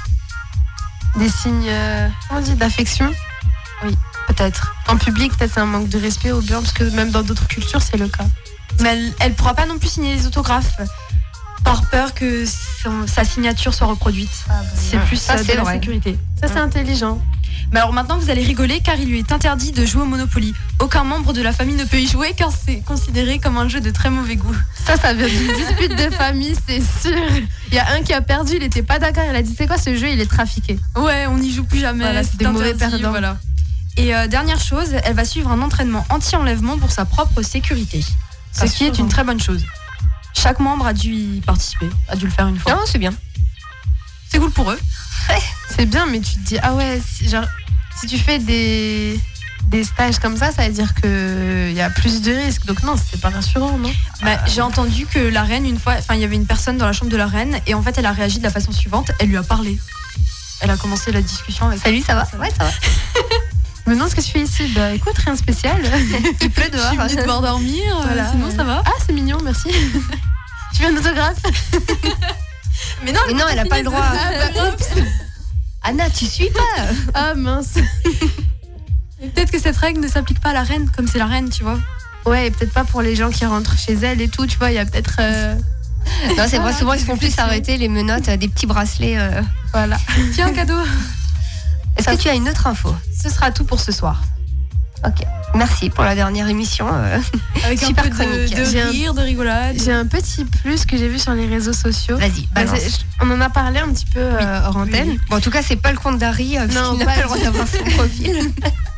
des signes euh, comment on dit, d'affection. Oui, peut-être. En public, peut-être c'est un manque de respect au bien, parce que même dans d'autres cultures, c'est le cas. Mais elle, elle pourra pas non plus signer les autographes. Par peur que son- sa signature soit reproduite. C'est plus Ça, euh, c'est de la vrai. sécurité. Ça, c'est intelligent. Mais alors maintenant, vous allez rigoler car il lui est interdit de jouer au Monopoly. Aucun membre de la famille ne peut y jouer car c'est considéré comme un jeu de très mauvais goût. Ça, ça vient d'une dispute de famille, c'est sûr. Il y a un qui a perdu, il était pas d'accord. Il a dit c'est quoi ce jeu? Il est trafiqué. Ouais, on n'y joue plus jamais. Voilà, c'est des mauvais interdit, perdants. Voilà. Et euh, dernière chose, elle va suivre un entraînement anti-enlèvement pour sa propre sécurité. Ce qui est une très bonne chose. Chaque membre a dû y participer, a dû le faire une fois. Non, c'est bien. C'est cool pour eux. C'est bien, mais tu te dis, ah ouais, si, genre, si tu fais des, des stages comme ça, ça veut dire qu'il y a plus de risques. Donc non, c'est pas rassurant, non? Bah, j'ai entendu que la reine, une fois, enfin, il y avait une personne dans la chambre de la reine, et en fait, elle a réagi de la façon suivante. Elle lui a parlé. Elle a commencé la discussion avec. Salut, ça va? Ouais, ça va. Maintenant, ce que tu fais ici, bah écoute, rien de spécial. Il pleut dehors. Je suis venue devoir dormir, euh, Voilà. sinon ça va. Ah, c'est mignon, merci. Tu veux un autographe? Mais non, Mais non, elle a pas le droit. Ah, bah, oups. Anna, tu suis pas. Ah mince. Et peut-être que cette règle ne s'applique pas à la reine, comme c'est la reine, tu vois. Ouais, et peut-être pas pour les gens qui rentrent chez elle et tout, tu vois, il y a peut-être... euh, Non, c'est vrai, souvent ils se font plus arrêter les menottes, euh, des petits bracelets. euh. Voilà. Tiens, un cadeau. Est-ce que tu as une autre info? Ce sera tout pour ce soir. Ok. Merci pour la dernière émission. euh. Avec Super un peu de, chronique. de J'ai un- rire, de rigolade. J'ai un petit plus que j'ai vu sur les réseaux sociaux. Vas-y, Bah, balance. c'est- on en a parlé un petit peu euh, hors antenne. Bon, en tout cas, c'est pas le compte d'Harry, euh, Non, puisqu'il n'a pas pas le droit du- d'avoir son profil.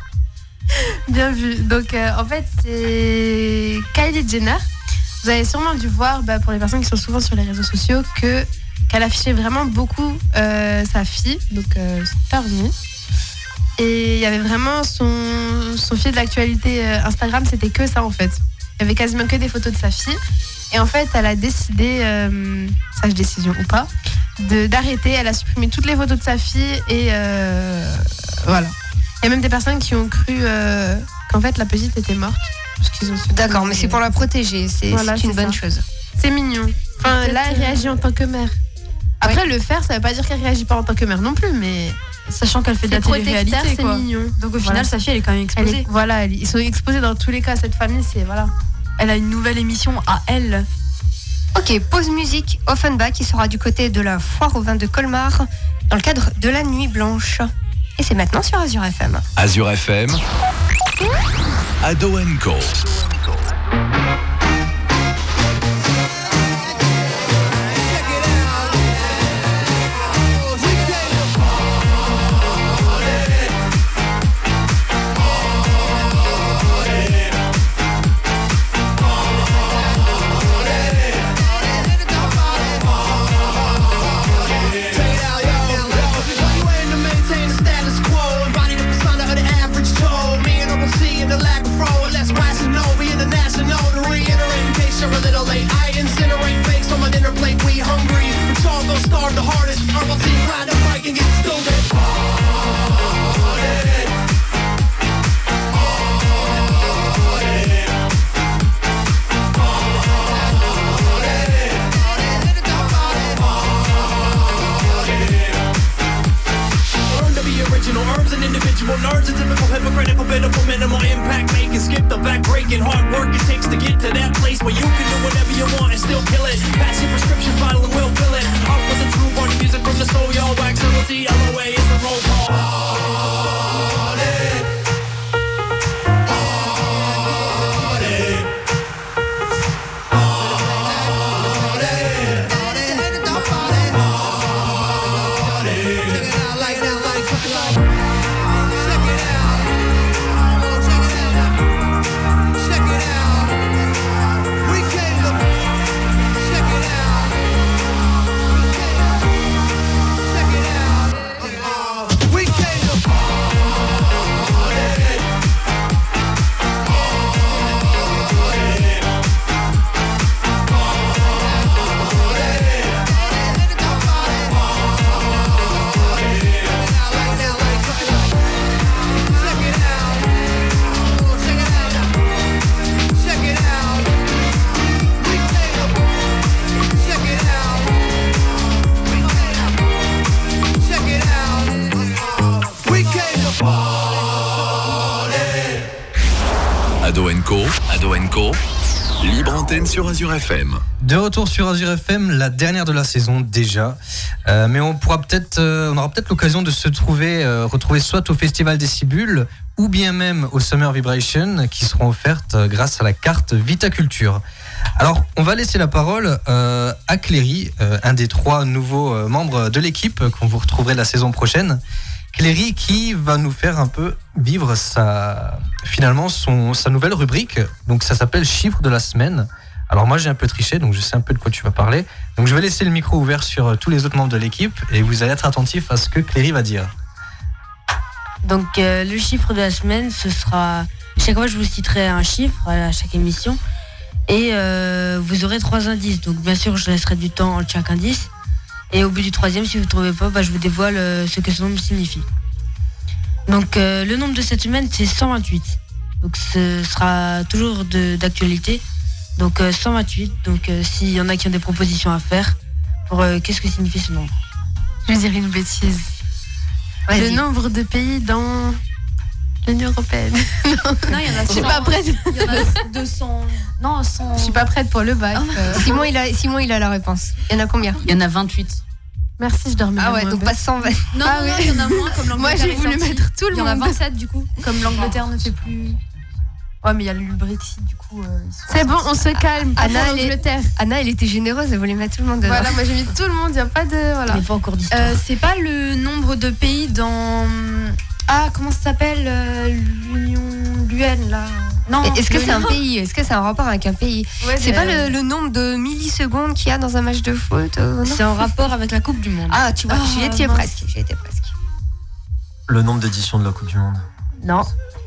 Bien vu. Donc, euh, en fait, c'est Kylie Jenner. Vous avez sûrement dû voir, bah, pour les personnes qui sont souvent sur les réseaux sociaux, que qu'elle affichait vraiment beaucoup euh, sa fille, donc euh, Stormi. Et il y avait vraiment son, son fil de l'actualité euh, Instagram, c'était que ça en fait. Il y avait quasiment que des photos de sa fille. Et en fait, elle a décidé, euh, sage décision ou pas, de- d'arrêter. Elle a supprimé toutes les photos de sa fille et euh, voilà. Il y a même des personnes qui ont cru euh, qu'en fait la petite était morte. Parce qu'ils ont su- D'accord, mais c'est pour la protéger, c'est Voilà, c'est une c'est bonne ça. chose. C'est mignon. Enfin, Peut-être, là, elle euh, réagit en tant que mère. Après, le faire, ça veut pas dire qu'elle réagit pas en tant que mère non plus, mais Sachant qu'elle fait de c'est la protecteur, télé-réalité, c'est quoi. mignon. Donc au Voilà. final, sa fille, elle est quand même Elle exposée. est- voilà, elle- ils sont exposés dans tous les cas. Cette famille, c'est voilà. Elle a une nouvelle émission à elle. Ok, pause musique, Offenbach qui sera du côté de la foire au vin de Colmar dans le cadre de la Nuit Blanche. Et c'est maintenant sur Azure F M. Azure F M, Ado and Co. Ado and Co, Ado and Co, libre antenne sur Azure F M. De retour sur Azure F M, la dernière de la saison déjà. Euh, mais on pourra peut-être, euh, on aura peut-être l'occasion de se trouver, euh, retrouver soit au Festival Décibule ou bien même au Summer Vibration qui seront offertes euh, grâce à la carte Vitaculture. Alors, on va laisser la parole euh, à Cléry, euh, un des trois nouveaux euh, membres de l'équipe qu'on vous retrouverez la saison prochaine. Cléry qui va nous faire un peu vivre sa, finalement son, sa nouvelle rubrique. Donc ça s'appelle Chiffre de la semaine. Alors moi j'ai un peu triché, donc je sais un peu de quoi tu vas parler. Donc je vais laisser le micro ouvert sur tous les autres membres de l'équipe et vous allez être attentifs à ce que Cléry va dire. Donc euh, le chiffre de la semaine, ce sera... Chaque fois je vous citerai un chiffre à chaque émission et euh, vous aurez trois indices. Donc bien sûr je laisserai du temps entre chaque indice. Et au bout du troisième, si vous ne trouvez pas, bah, je vous dévoile euh, ce que ce nombre signifie. Donc euh, le nombre de cette semaine, c'est cent vingt-huit. Donc ce sera toujours de, d'actualité. Donc euh, cent vingt-huit. Donc euh, s'il y en a qui ont des propositions à faire, pour euh, qu'est-ce que signifie ce nombre? Je vais dire une bêtise. Vas-y. Le nombre de pays dans l'Union Européenne. non, Non, il y en a je suis cent. pas prête. Il y en a deux cents. Non, cent. Je suis pas prête pour le bac. euh. Simon, il a, Simon, il a la réponse. Il y en a combien? Il y en a vingt-huit. Merci, je dormais. Ah ouais, donc pas cent vingt. Non, Ah non, oui. non, il y en a moins comme l'Angleterre. Moi, j'ai est voulu sortie. mettre tout le Il y en a monde. vingt-sept du coup, comme l'Angleterre ne fait plus. Ouais, mais il y a le Brexit du coup. euh, ils sont C'est bon, on sortis. se calme. Anna, Avant elle est- l'Angleterre. Anna, elle était généreuse, elle voulait mettre tout le monde dedans. Voilà, moi j'ai mis tout le monde, il n'y a pas de. Voilà. Il n'est pas encore d'histoire. Euh, c'est pas le nombre de pays dans. Ah, comment ça s'appelle euh, l'Union. L'U N là. Non. Et Est-ce que le- c'est un pays? Est-ce que c'est un rapport avec un pays? Ouais, C'est c'est- pas le, le nombre de millisecondes qu'il y a dans un match de foot euh, non C'est en rapport avec la Coupe du Monde. Ah, tu vois, Ah, j'y étais mince. presque. J'y étais presque. Le nombre d'éditions de la Coupe du Monde. Non.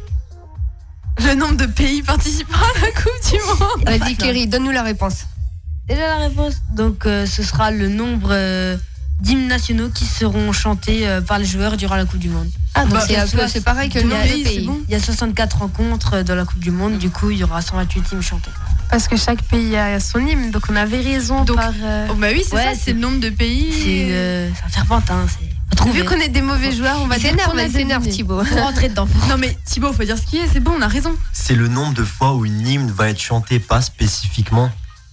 Le nombre de pays participant à la Coupe du Monde. Vas-y, Cléry, donne-nous la réponse. Déjà la réponse. Donc euh, ce sera le nombre euh, d'hymnes nationaux qui seront chantés euh, par les joueurs durant la Coupe du Monde. Ah, donc Bah, c'est un peu- soit- c'est pareil que le il y a- nombre de pays. Il y a soixante-quatre rencontres euh, dans la Coupe du Monde, du coup il y aura cent vingt-huit hymnes chantés. Parce que chaque pays a son hymne, donc on avait raison. Donc- par, euh, Oh, bah oui, c'est Ouais, ça, c'est- c'est le nombre de pays. C'est une, euh, c'est un serpentin, c'est faut trouver. Vu qu'on est des mauvais joueurs, on va Il dire s'énerve, qu'on a il s'énerve, deviné. Thibaut. Faut rentrer dedans. Non mais Thibaut, faut dire ce qui est, c'est bon, on a raison. C'est le nombre de fois où une hymne va être chantée, pas spécifiquement.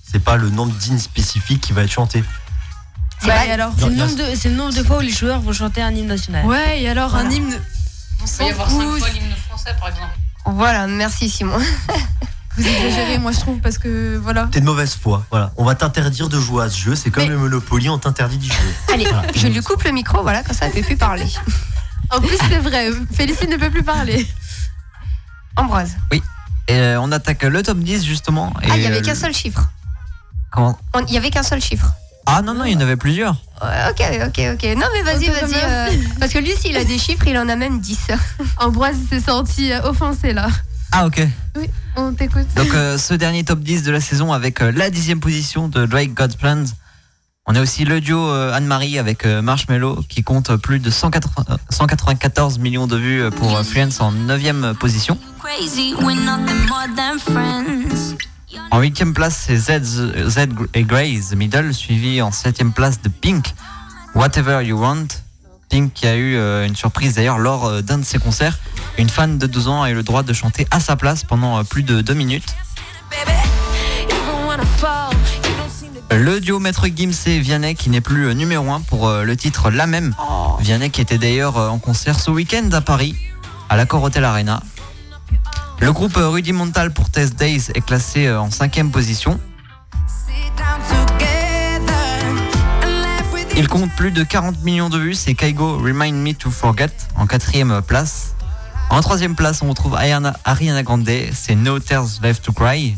C'est pas le nombre d'hymnes spécifiques qui va être chanté. C'est Ouais, et alors, c'est Non, le, bien nombre de, c'est le nombre de fois où les joueurs vont chanter un hymne national. Ouais, et alors Voilà. un hymne. On Il va y s'en avoir cinq fout. fois l'hymne français, par exemple. Voilà, merci Simon. Vous exagérez, moi je trouve, parce que voilà. T'es de mauvaise foi. Voilà. On va t'interdire de jouer à ce jeu. C'est comme Mais- le Monopoly, on t'interdit d'y jouer. Allez, Voilà. je lui coupe le micro, voilà, comme ça elle ne peut plus parler. En plus, c'est vrai, Félicine ne peut plus parler. Ambroise. Oui. Et euh, on attaque le top dix justement. Et, Ah, il n'y avait euh, qu'un seul chiffre. Comment On- Il n'y avait qu'un seul chiffre. Ah non, non, il y en avait plusieurs. Ouais, ok, ok, ok. Non, mais vas-y, Ok, vas-y. merci. euh, parce que lui, s'il a des chiffres, il en a même dix. Ambroise s'est senti euh, offensé là. Ah ok. Oui, on t'écoute. Donc euh, ce dernier top dix de la saison avec euh, la dixième position de Drake God's Plans. On a aussi le duo euh, Anne-Marie avec euh, Marshmello qui compte plus de cent quatre-vingt-quatorze millions de vues euh, pour euh, Friends en neuvième position. Crazy, we're nothing more than friends. En huitième place, c'est Z, Z et Grace Middle, suivi en septième place de Pink, Whatever You Want. Pink qui a eu euh, une surprise d'ailleurs lors euh, d'un de ses concerts. Une fan de douze ans a eu le droit de chanter à sa place pendant euh, plus de deux minutes. Even when I fall, you don't seem to. Le duo Maître Gims et Vianney qui n'est plus euh, numéro un pour euh, le titre La Même. Vianney qui était d'ailleurs euh, en concert ce week-end à Paris, à l'Accor Hotel Arena. Le groupe euh, Rudimental pour Test Days est classé euh, en cinquième position. Sit down together and laugh with Il compte plus de quarante millions de vues, c'est Kaigo Remind Me to Forget en quatrième place. En troisième place, on retrouve Ariana, Ariana Grande, c'est No Tears Left to Cry.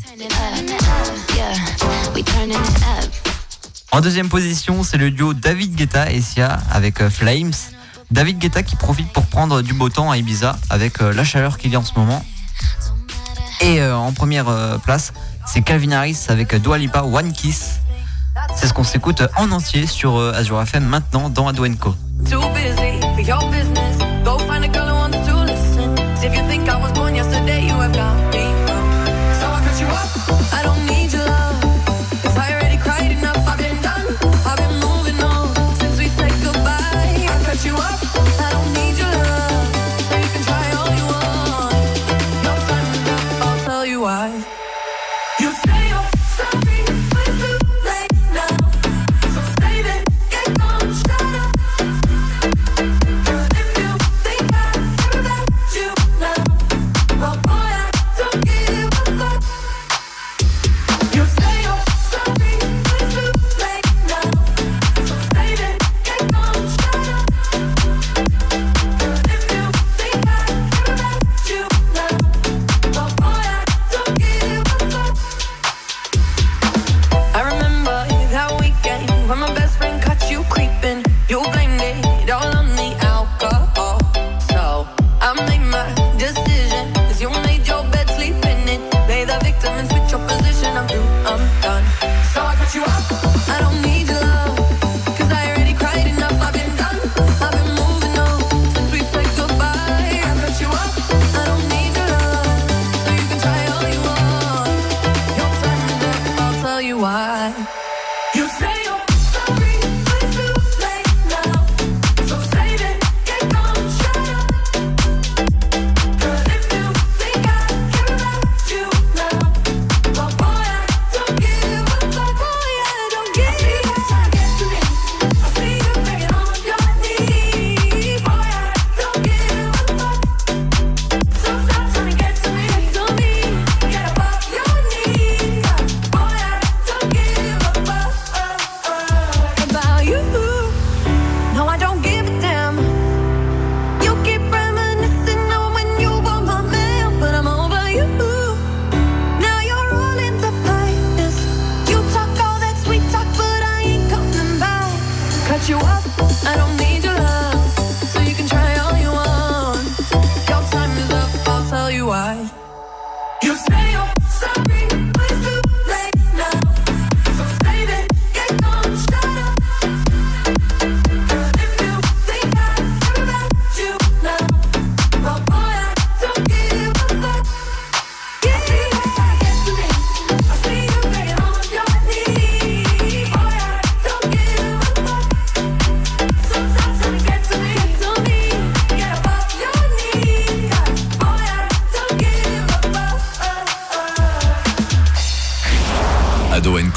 we turning it up. En deuxième position, c'est le duo David Guetta et Sia avec euh, Flames. David Guetta qui profite pour prendre du beau temps à Ibiza avec euh, la chaleur qu'il y a en ce moment. Et euh, en première euh, place, c'est Calvin Harris avec Dua Lipa One Kiss. C'est ce qu'on s'écoute en entier sur euh, Azure F M maintenant dans Ado and Co. Too busy for your business. Go find a girl who wants to listen. See if you think I was born yesterday, you have got me wrong. So I cut you up. I don't need your love. 'Cause I already cried enough. I've been done. I've been moving on since we said goodbye. I cut you up. I don't need your love. So you can try all you want. No time enough. I'll tell you why. You say you're sorry, but it's too late now. So save it, get gone, shut up. 'Cause if you think I care about you now, well boy, I don't give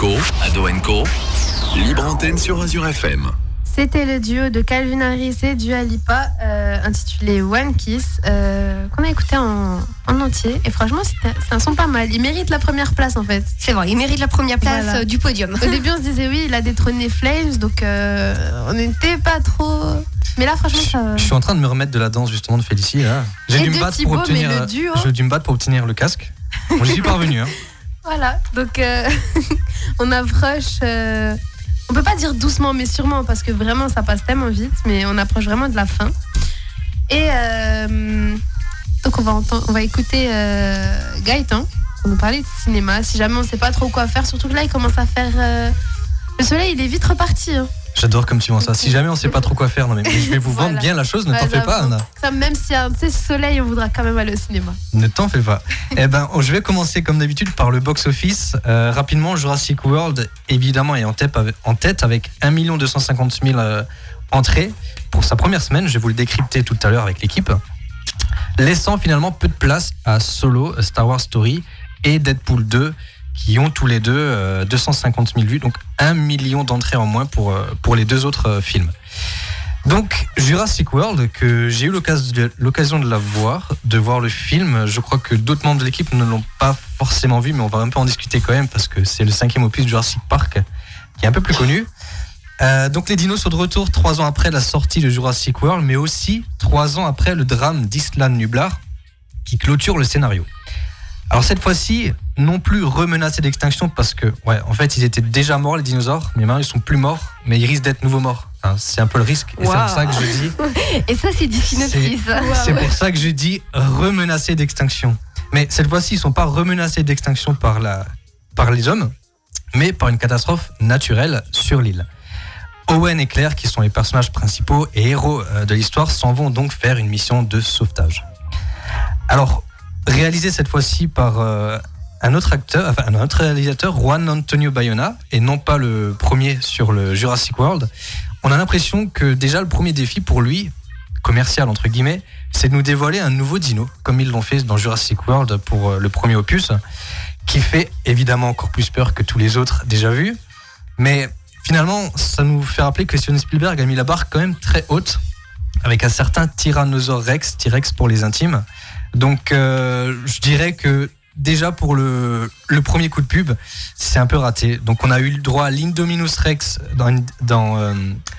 Co, Ado and Co, libre antenne sur Azure F M. C'était le duo de Calvin Harris et Dua Lipa, euh, intitulé One Kiss, euh, qu'on a écouté en, en entier. Et franchement, c'était- c'est un son pas mal. Il mérite la première place, en fait. C'est vrai, il mérite la première place Voilà. euh, du podium. Au début, on se disait oui, il a détrôné Flames, donc euh, on n'était pas trop. Mais là, franchement, ça. Je suis en train de me remettre de la danse justement de Félicie. Là. J'ai Et dû de me battre Thibaut, pour obtenir. mais le duo. J'ai dû me battre pour obtenir le casque. Bon, j'y suis parvenu. Hein. Voilà, donc euh, on approche. euh, on peut pas dire doucement, mais sûrement, parce que vraiment, ça passe tellement vite, mais on approche vraiment de la fin. Et euh, donc, on va, entendre, on va écouter euh, Gaëtan, pour nous parler de cinéma. Si jamais on sait pas trop quoi faire, surtout que là, il commence à faire. euh, le soleil, il est vite reparti. Hein. J'adore comme tu vois ça. Si jamais on sait pas trop quoi faire, non mais je vais vous vendre Voilà. bien la chose. Ne Ouais, t'en fais pas, j'avoue. Anna. Ça, même s'il y a un petit soleil, on voudra quand même aller au cinéma. Ne t'en fais pas. Eh ben, je vais commencer comme d'habitude par le box-office. Euh, rapidement, Jurassic World, évidemment, est en tête avec, en tête avec un million deux cent cinquante mille euh, entrées pour sa première semaine. Je vais vous le décrypter tout à l'heure avec l'équipe. Laissant finalement peu de place à Solo, Star Wars Story et Deadpool deux, qui ont tous les deux euh, deux cent cinquante mille vues, donc un million d'entrées en moins pour, euh, pour les deux autres euh, films. Donc Jurassic World, que j'ai eu l'occasion de, l'occasion de la voir, de voir le film. Je crois que d'autres membres de l'équipe ne l'ont pas forcément vu, mais on va un peu en discuter quand même parce que c'est le cinquième opus de Jurassic Park, qui est un peu plus connu. Euh, donc les dinos sont de retour trois ans après la sortie de Jurassic World, mais aussi trois ans après le drame d'Isla Nublar, qui clôture le scénario. Alors cette fois-ci, non plus remenacés d'extinction parce que, ouais, en fait, ils étaient déjà morts les dinosaures, mais maintenant ils sont plus morts, mais ils risquent d'être nouveau morts. Enfin, c'est un peu le risque, et Wow. c'est pour ça que je dis. Et ça, c'est du synopsis. C'est pour ça que je dis remenacés d'extinction. Mais cette fois-ci, ils sont pas remenacés d'extinction par la, par les hommes, mais par une catastrophe naturelle sur l'île. Owen et Claire, qui sont les personnages principaux et héros euh, de l'histoire, s'en vont donc faire une mission de sauvetage. Alors, réalisé cette fois-ci par euh, un autre acteur, enfin un autre réalisateur, Juan Antonio Bayona, et non pas le premier sur le Jurassic World, on a l'impression que déjà le premier défi pour lui, commercial entre guillemets, c'est de nous dévoiler un nouveau dino, comme ils l'ont fait dans Jurassic World pour euh, le premier opus, qui fait évidemment encore plus peur que tous les autres déjà vus, mais finalement ça nous fait rappeler que Steven Spielberg a mis la barre quand même très haute, avec un certain Tyrannosaurus Rex, T-Rex pour les intimes. Donc euh, je dirais que déjà pour le, le premier coup de pub, c'est un peu raté. Donc on a eu le droit à l'Indominus Rex dans, dans, euh,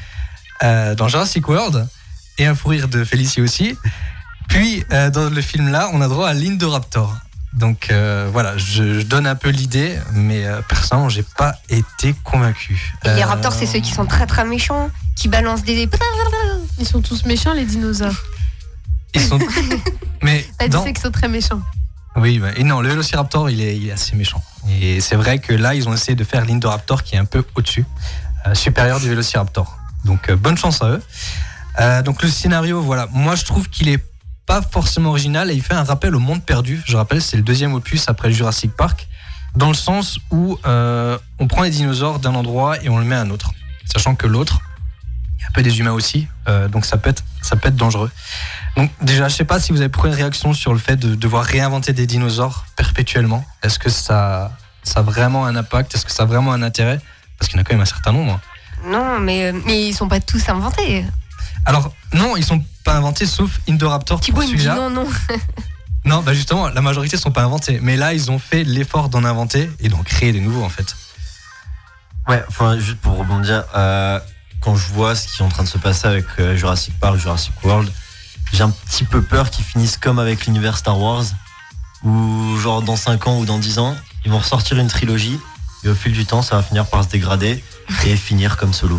euh, dans Jurassic World, et un fou rire de Félicie aussi. Puis euh, dans le film là, on a droit à l'Indoraptor. Donc euh, voilà, je, je donne un peu l'idée, mais euh, personnellement, j'ai pas été convaincu. Et les Euh, raptors, c'est ceux qui sont très très méchants, qui balancent des. Ils sont tous méchants, les dinosaures. Ils sont. Mais T'as dit dans... c'est qu'ils sont très méchants. Oui, bah, et non, le Velociraptor, il est, il est assez méchant. Et c'est vrai que là, ils ont essayé de faire l'Indoraptor qui est un peu au-dessus, euh, supérieur du Velociraptor. Donc, euh, bonne chance à eux. Euh, donc, le scénario, voilà, moi, je trouve qu'il est pas forcément original et il fait un rappel au monde perdu. Je rappelle, c'est le deuxième opus après Jurassic Park, dans le sens où euh, on prend les dinosaures d'un endroit et on le met à un autre, sachant que l'autre, il y a un peu des humains aussi, euh, donc ça peut être, ça peut être dangereux. Donc déjà, je sais pas si vous avez pris une réaction sur le fait de devoir réinventer des dinosaures perpétuellement. Est-ce que ça, ça a vraiment un impact? Est-ce que ça a vraiment un intérêt? Parce qu'il y en a quand même un certain nombre. Non, mais, mais ils sont pas tous inventés. Alors non, ils sont pas inventés sauf Indoraptor Thibaut, pour il me dit celui-là. non, non. Non, bah justement, la majorité sont pas inventés. Mais là, ils ont fait l'effort d'en inventer et d'en créer des nouveaux en fait. Ouais, enfin, juste pour rebondir, euh, quand je vois ce qui est en train de se passer avec euh, Jurassic Park, Jurassic World, j'ai un petit peu peur qu'ils finissent comme avec l'univers Star Wars, où genre dans cinq ans ou dans dix ans, ils vont ressortir une trilogie, et au fil du temps, ça va finir par se dégrader et finir comme Solo.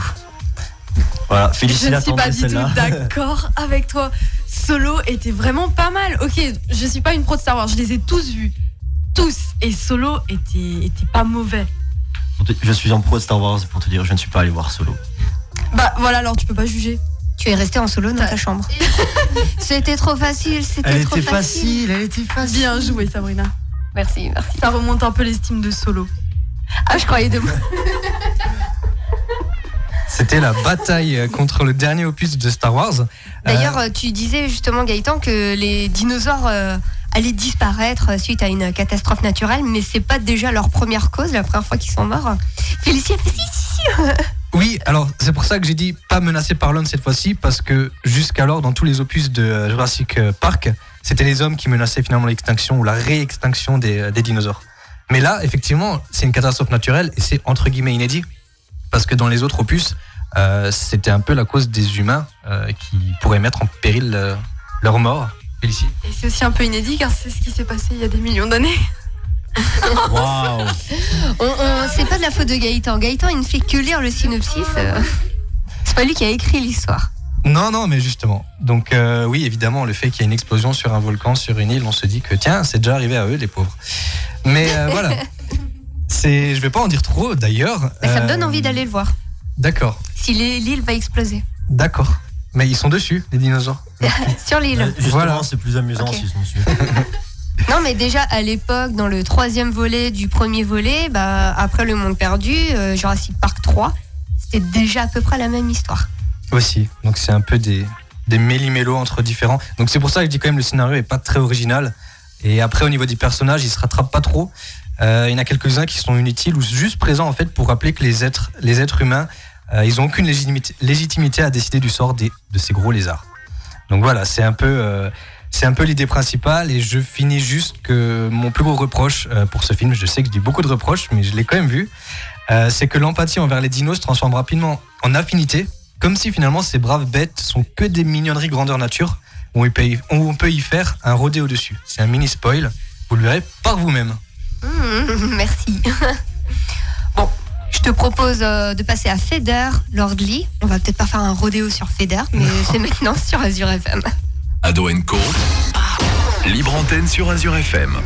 Voilà, Je Félicie ne suis pas l'attendait du tout celle-là. d'accord avec toi. Solo était vraiment pas mal. Ok, je suis pas une pro de Star Wars, je les ai tous vus. Tous. Et Solo était, était pas mauvais. Pour te- Je suis en pro de Star Wars pour te dire, je ne suis pas allé voir Solo. Bah voilà, alors tu peux pas juger. Tu es resté en solo dans ta chambre. C'était trop facile, c'était Elle trop était facile. facile, elle était facile. Bien joué, Sabrina. Merci, merci. Ça remonte un peu l'estime de Solo. Ah, je croyais de moi. C'était la bataille contre le dernier opus de Star Wars. D'ailleurs, Euh, euh, tu disais justement, Gaëtan, que les dinosaures euh, allaient disparaître suite à une catastrophe naturelle, mais c'est pas déjà leur première cause, la première fois qu'ils sont morts. Félicie a fait si, si, si. Oui, alors c'est pour ça que j'ai dit pas menacé par l'homme cette fois-ci, parce que jusqu'alors, dans tous les opus de Jurassic Park, c'était les hommes qui menaçaient finalement l'extinction ou la réextinction des, des dinosaures. Mais là, effectivement, c'est une catastrophe naturelle et c'est entre guillemets inédit, parce que dans les autres opus, euh, c'était un peu la cause des humains euh, qui pourraient mettre en péril euh, leur mort. Félicie. Et c'est aussi un peu inédit car c'est ce qui s'est passé il y a des millions d'années. Waouh. On, on, c'est pas de la faute de Gaëtan. Gaëtan, il ne fait que lire le synopsis. euh. C'est pas lui qui a écrit l'histoire. Non, non, mais justement. Donc euh, oui, évidemment, le fait qu'il y ait une explosion sur un volcan, sur une île, on se dit que tiens, c'est déjà arrivé à eux, les pauvres. Mais euh, voilà. C'est, je vais pas en dire trop, d'ailleurs. Mais ça me Euh, donne envie d'aller le voir. D'accord, Si les- l'île va exploser. d'accord. Mais ils sont dessus, les dinosaures. Sur l'île. Euh, Justement, Voilà. c'est plus amusant Ok. s'ils sont dessus. Non, mais déjà à l'époque, dans le troisième volet du premier volet, bah, après Le Monde Perdu, euh, Jurassic Park trois, c'était déjà à peu près la même histoire. Aussi. Donc c'est un peu des, des méli-mélos entre différents. Donc c'est pour ça que je dis quand même le scénario est pas très original. Et après, au niveau des personnages, ils se rattrapent pas trop. Euh, il y en a quelques-uns qui sont inutiles ou juste présents en fait pour rappeler que les êtres, les êtres humains, euh, ils ont aucune légitimité, légitimité à décider du sort des, de ces gros lézards. Donc voilà, c'est un peu, euh, c'est un peu l'idée principale. Et je finis juste que mon plus gros reproche euh, pour ce film, je sais que je dis beaucoup de reproches, mais je l'ai quand même vu, euh, c'est que l'empathie envers les dinos se transforme rapidement en affinité, comme si finalement ces braves bêtes sont que des mignonneries grandeur nature où on peut y, où on peut y faire un rodéo dessus. C'est un mini spoil, vous le verrez par vous-même. Mmh, merci. Bon, je te propose euh, de passer à Feder, Lord Lee. On va peut-être pas faire un rodéo sur Feder, mais c'est maintenant sur Azure F M. Ado and Co. Libre antenne sur Azure F M.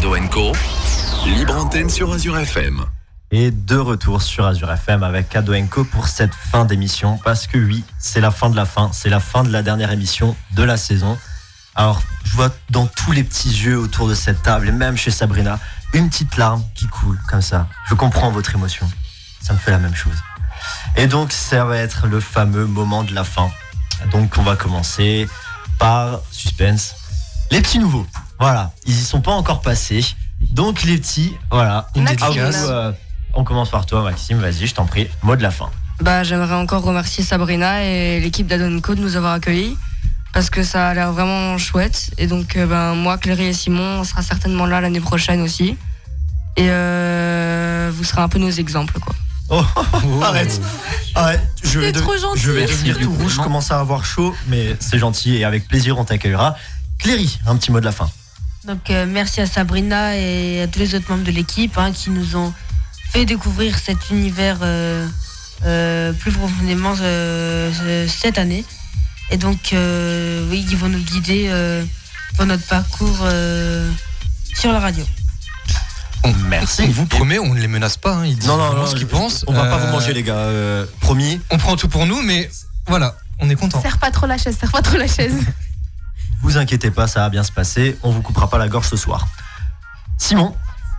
Ado and Co, libre antenne sur Azure F M. Et de retour sur Azure F M avec Ado and Co pour cette fin d'émission. Parce que oui, c'est la fin de la fin, c'est la fin de la dernière émission de la saison. Alors, je vois dans tous les petits yeux autour de cette table, et même chez Sabrina, une petite larme qui coule comme ça. Je comprends votre émotion, ça me fait la même chose. Et donc, ça va être le fameux moment de la fin. Donc, on va commencer par suspense. Les petits nouveaux, voilà, ils y sont pas encore passés. Donc les petits, voilà, une dédicace. Euh, on commence par toi, Maxime, vas-y, je t'en prie, mot de la fin. Bah, j'aimerais encore remercier Sabrina et l'équipe d'Ado and Co de nous avoir accueillis parce que ça a l'air vraiment chouette. Et donc, euh, ben, moi, Cléry et Simon, on sera certainement là l'année prochaine aussi. Et euh, vous serez un peu nos exemples, quoi. Oh, oh, arrête, arrête. Je vais, C'est trop de- gentil. je vais devenir tout rouge, je commence à avoir chaud, mais c'est gentil et avec plaisir on t'accueillera. Cléry, un petit mot de la fin. Donc euh, merci à Sabrina et à tous les autres membres de l'équipe hein, qui nous ont fait découvrir cet univers euh, euh, plus profondément euh, euh, cette année. Et donc euh, oui, ils vont nous guider euh, dans notre parcours euh, sur la radio. On, Merci. On vous promet, on ne les menace pas. Hein, ils disent Non, non, vraiment non, ce qu'ils je- pensent. on va pas Euh, vous manger les gars, euh, promis. On prend tout pour nous, mais voilà, on est content. Serre pas trop la chaise, serre pas trop la chaise. Vous inquiétez pas, ça va bien se passer, on vous coupera pas la gorge ce soir. Simon.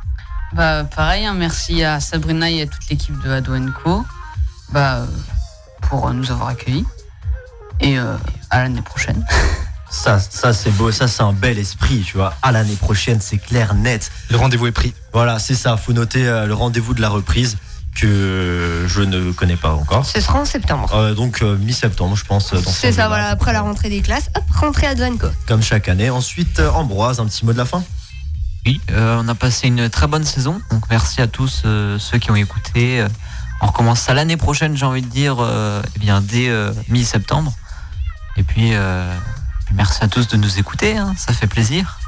Bah pareil, hein, merci à Sabrina et à toute l'équipe de Ado and Co bah, euh, pour nous avoir accueillis. Et euh, à l'année prochaine. Ça, ça c'est beau, ça c'est un bel esprit, tu vois. À l'année prochaine, c'est clair, net. Le rendez-vous est pris. Voilà, c'est ça. Faut noter euh, le rendez-vous de la reprise que je ne connais pas encore. Ce sera en septembre. Euh, donc euh, mi-septembre, je pense. Dans C'est ce ça, genre-là. voilà, après la rentrée des classes, hop, rentrée à Ado and Co. Comme chaque année. Ensuite, euh, Ambroise, un petit mot de la fin. Oui, euh, on a passé une très bonne saison. Donc merci à tous euh, ceux qui ont écouté. Euh, on recommence ça l'année prochaine, j'ai envie de dire, euh, eh bien dès euh, mi-septembre. Et puis, euh, merci à tous de nous écouter, hein, ça fait plaisir.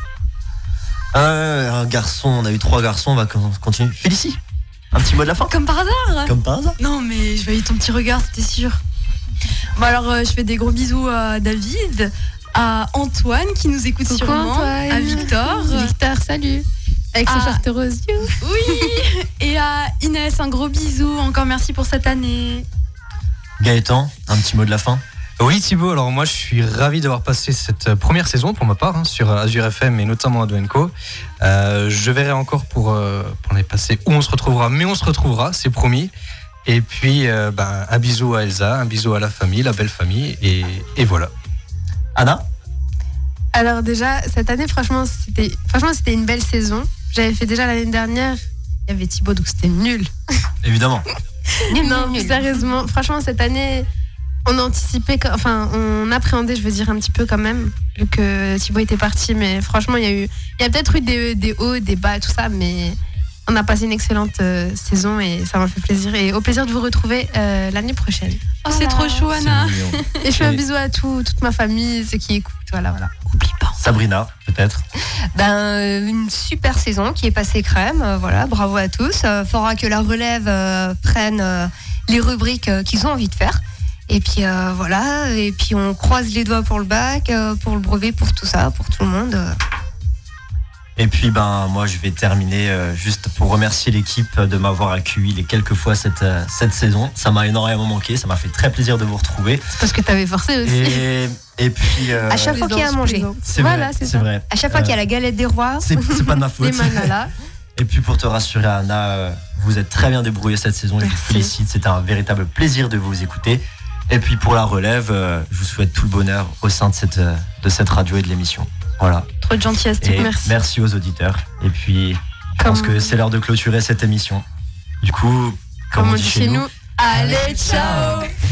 Euh, un garçon, on a eu trois garçons, on va con- continuer. Félicie, un petit mot de la fin. Comme par hasard. Comme par hasard. Non, mais je voyais ton petit regard, c'était sûr. Bon, alors, euh, je fais des gros bisous à David, à Antoine qui nous écoute Coucou, sûrement, Antoine. à Victor. Victor, salut. Avec ses Ah. shorts roses yeux. Oui, et à Inès, un gros bisou. Encore merci pour cette année. Gaëtan, un petit mot de la fin. Oui Thibaut, alors moi je suis ravi d'avoir passé cette euh, première saison pour ma part hein, sur Azure F M et notamment Ado and Co. Euh, je verrai encore pour, euh, pour les passer où on se retrouvera, mais on se retrouvera, c'est promis. Et puis euh, ben, un bisou à Elsa, un bisou à la famille, la belle famille, et, et voilà. Anna. Alors déjà, cette année, franchement, c'était franchement, c'était une belle saison. J'avais fait déjà l'année dernière. Il y avait Thibaut, donc c'était nul. Évidemment. non, mais sérieusement, franchement, cette année, on anticipait, que- enfin, on appréhendait, je veux dire, un petit peu quand même, vu que Thibaut était parti. Mais franchement, il y a eu, il y a peut-être eu des, des hauts, des bas, tout ça, mais on a passé une excellente euh, saison et ça m'a fait plaisir. Et au plaisir de vous retrouver euh, l'année prochaine. Oh, c'est trop chou, Anna. Et je fais un Et- bisou à tout, toute ma famille, ceux qui écoutent. Voilà, voilà. Sabrina, peut-être. Ben, euh, une super saison qui est passée crème. euh, voilà, bravo à tous. Il faudra que la relève euh, prenne euh, les rubriques euh, qu'ils ont envie de faire. Et puis euh, voilà, et puis on croise les doigts pour le bac, euh, pour le brevet, pour tout ça, pour tout le monde. euh. Et puis ben moi je vais terminer euh, juste pour remercier l'équipe de m'avoir accueilli les quelques fois cette, euh, cette saison. Ça m'a énormément manqué, ça m'a fait très plaisir de vous retrouver. C'est parce que t'avais forcé aussi. Et, et puis... euh, À chaque fois qu'il y a à manger. C'est Voilà, vrai, c'est c'est ça. vrai. À chaque fois Euh, qu'il y a la galette des rois. C'est c'est pas de ma faute. Les manalas. Et puis pour te rassurer Anna, euh, vous êtes très bien débrouillée cette saison et je vous félicite. C'était un véritable plaisir de vous écouter. Et puis pour la relève, euh, je vous souhaite tout le bonheur au sein de cette, euh, de cette radio et de l'émission. Voilà. Trop de gentillesse, Et merci. merci aux auditeurs. Et puis je pense que c'est l'heure de clôturer cette émission. Du coup, comme, on dit chez nous, allez, ciao.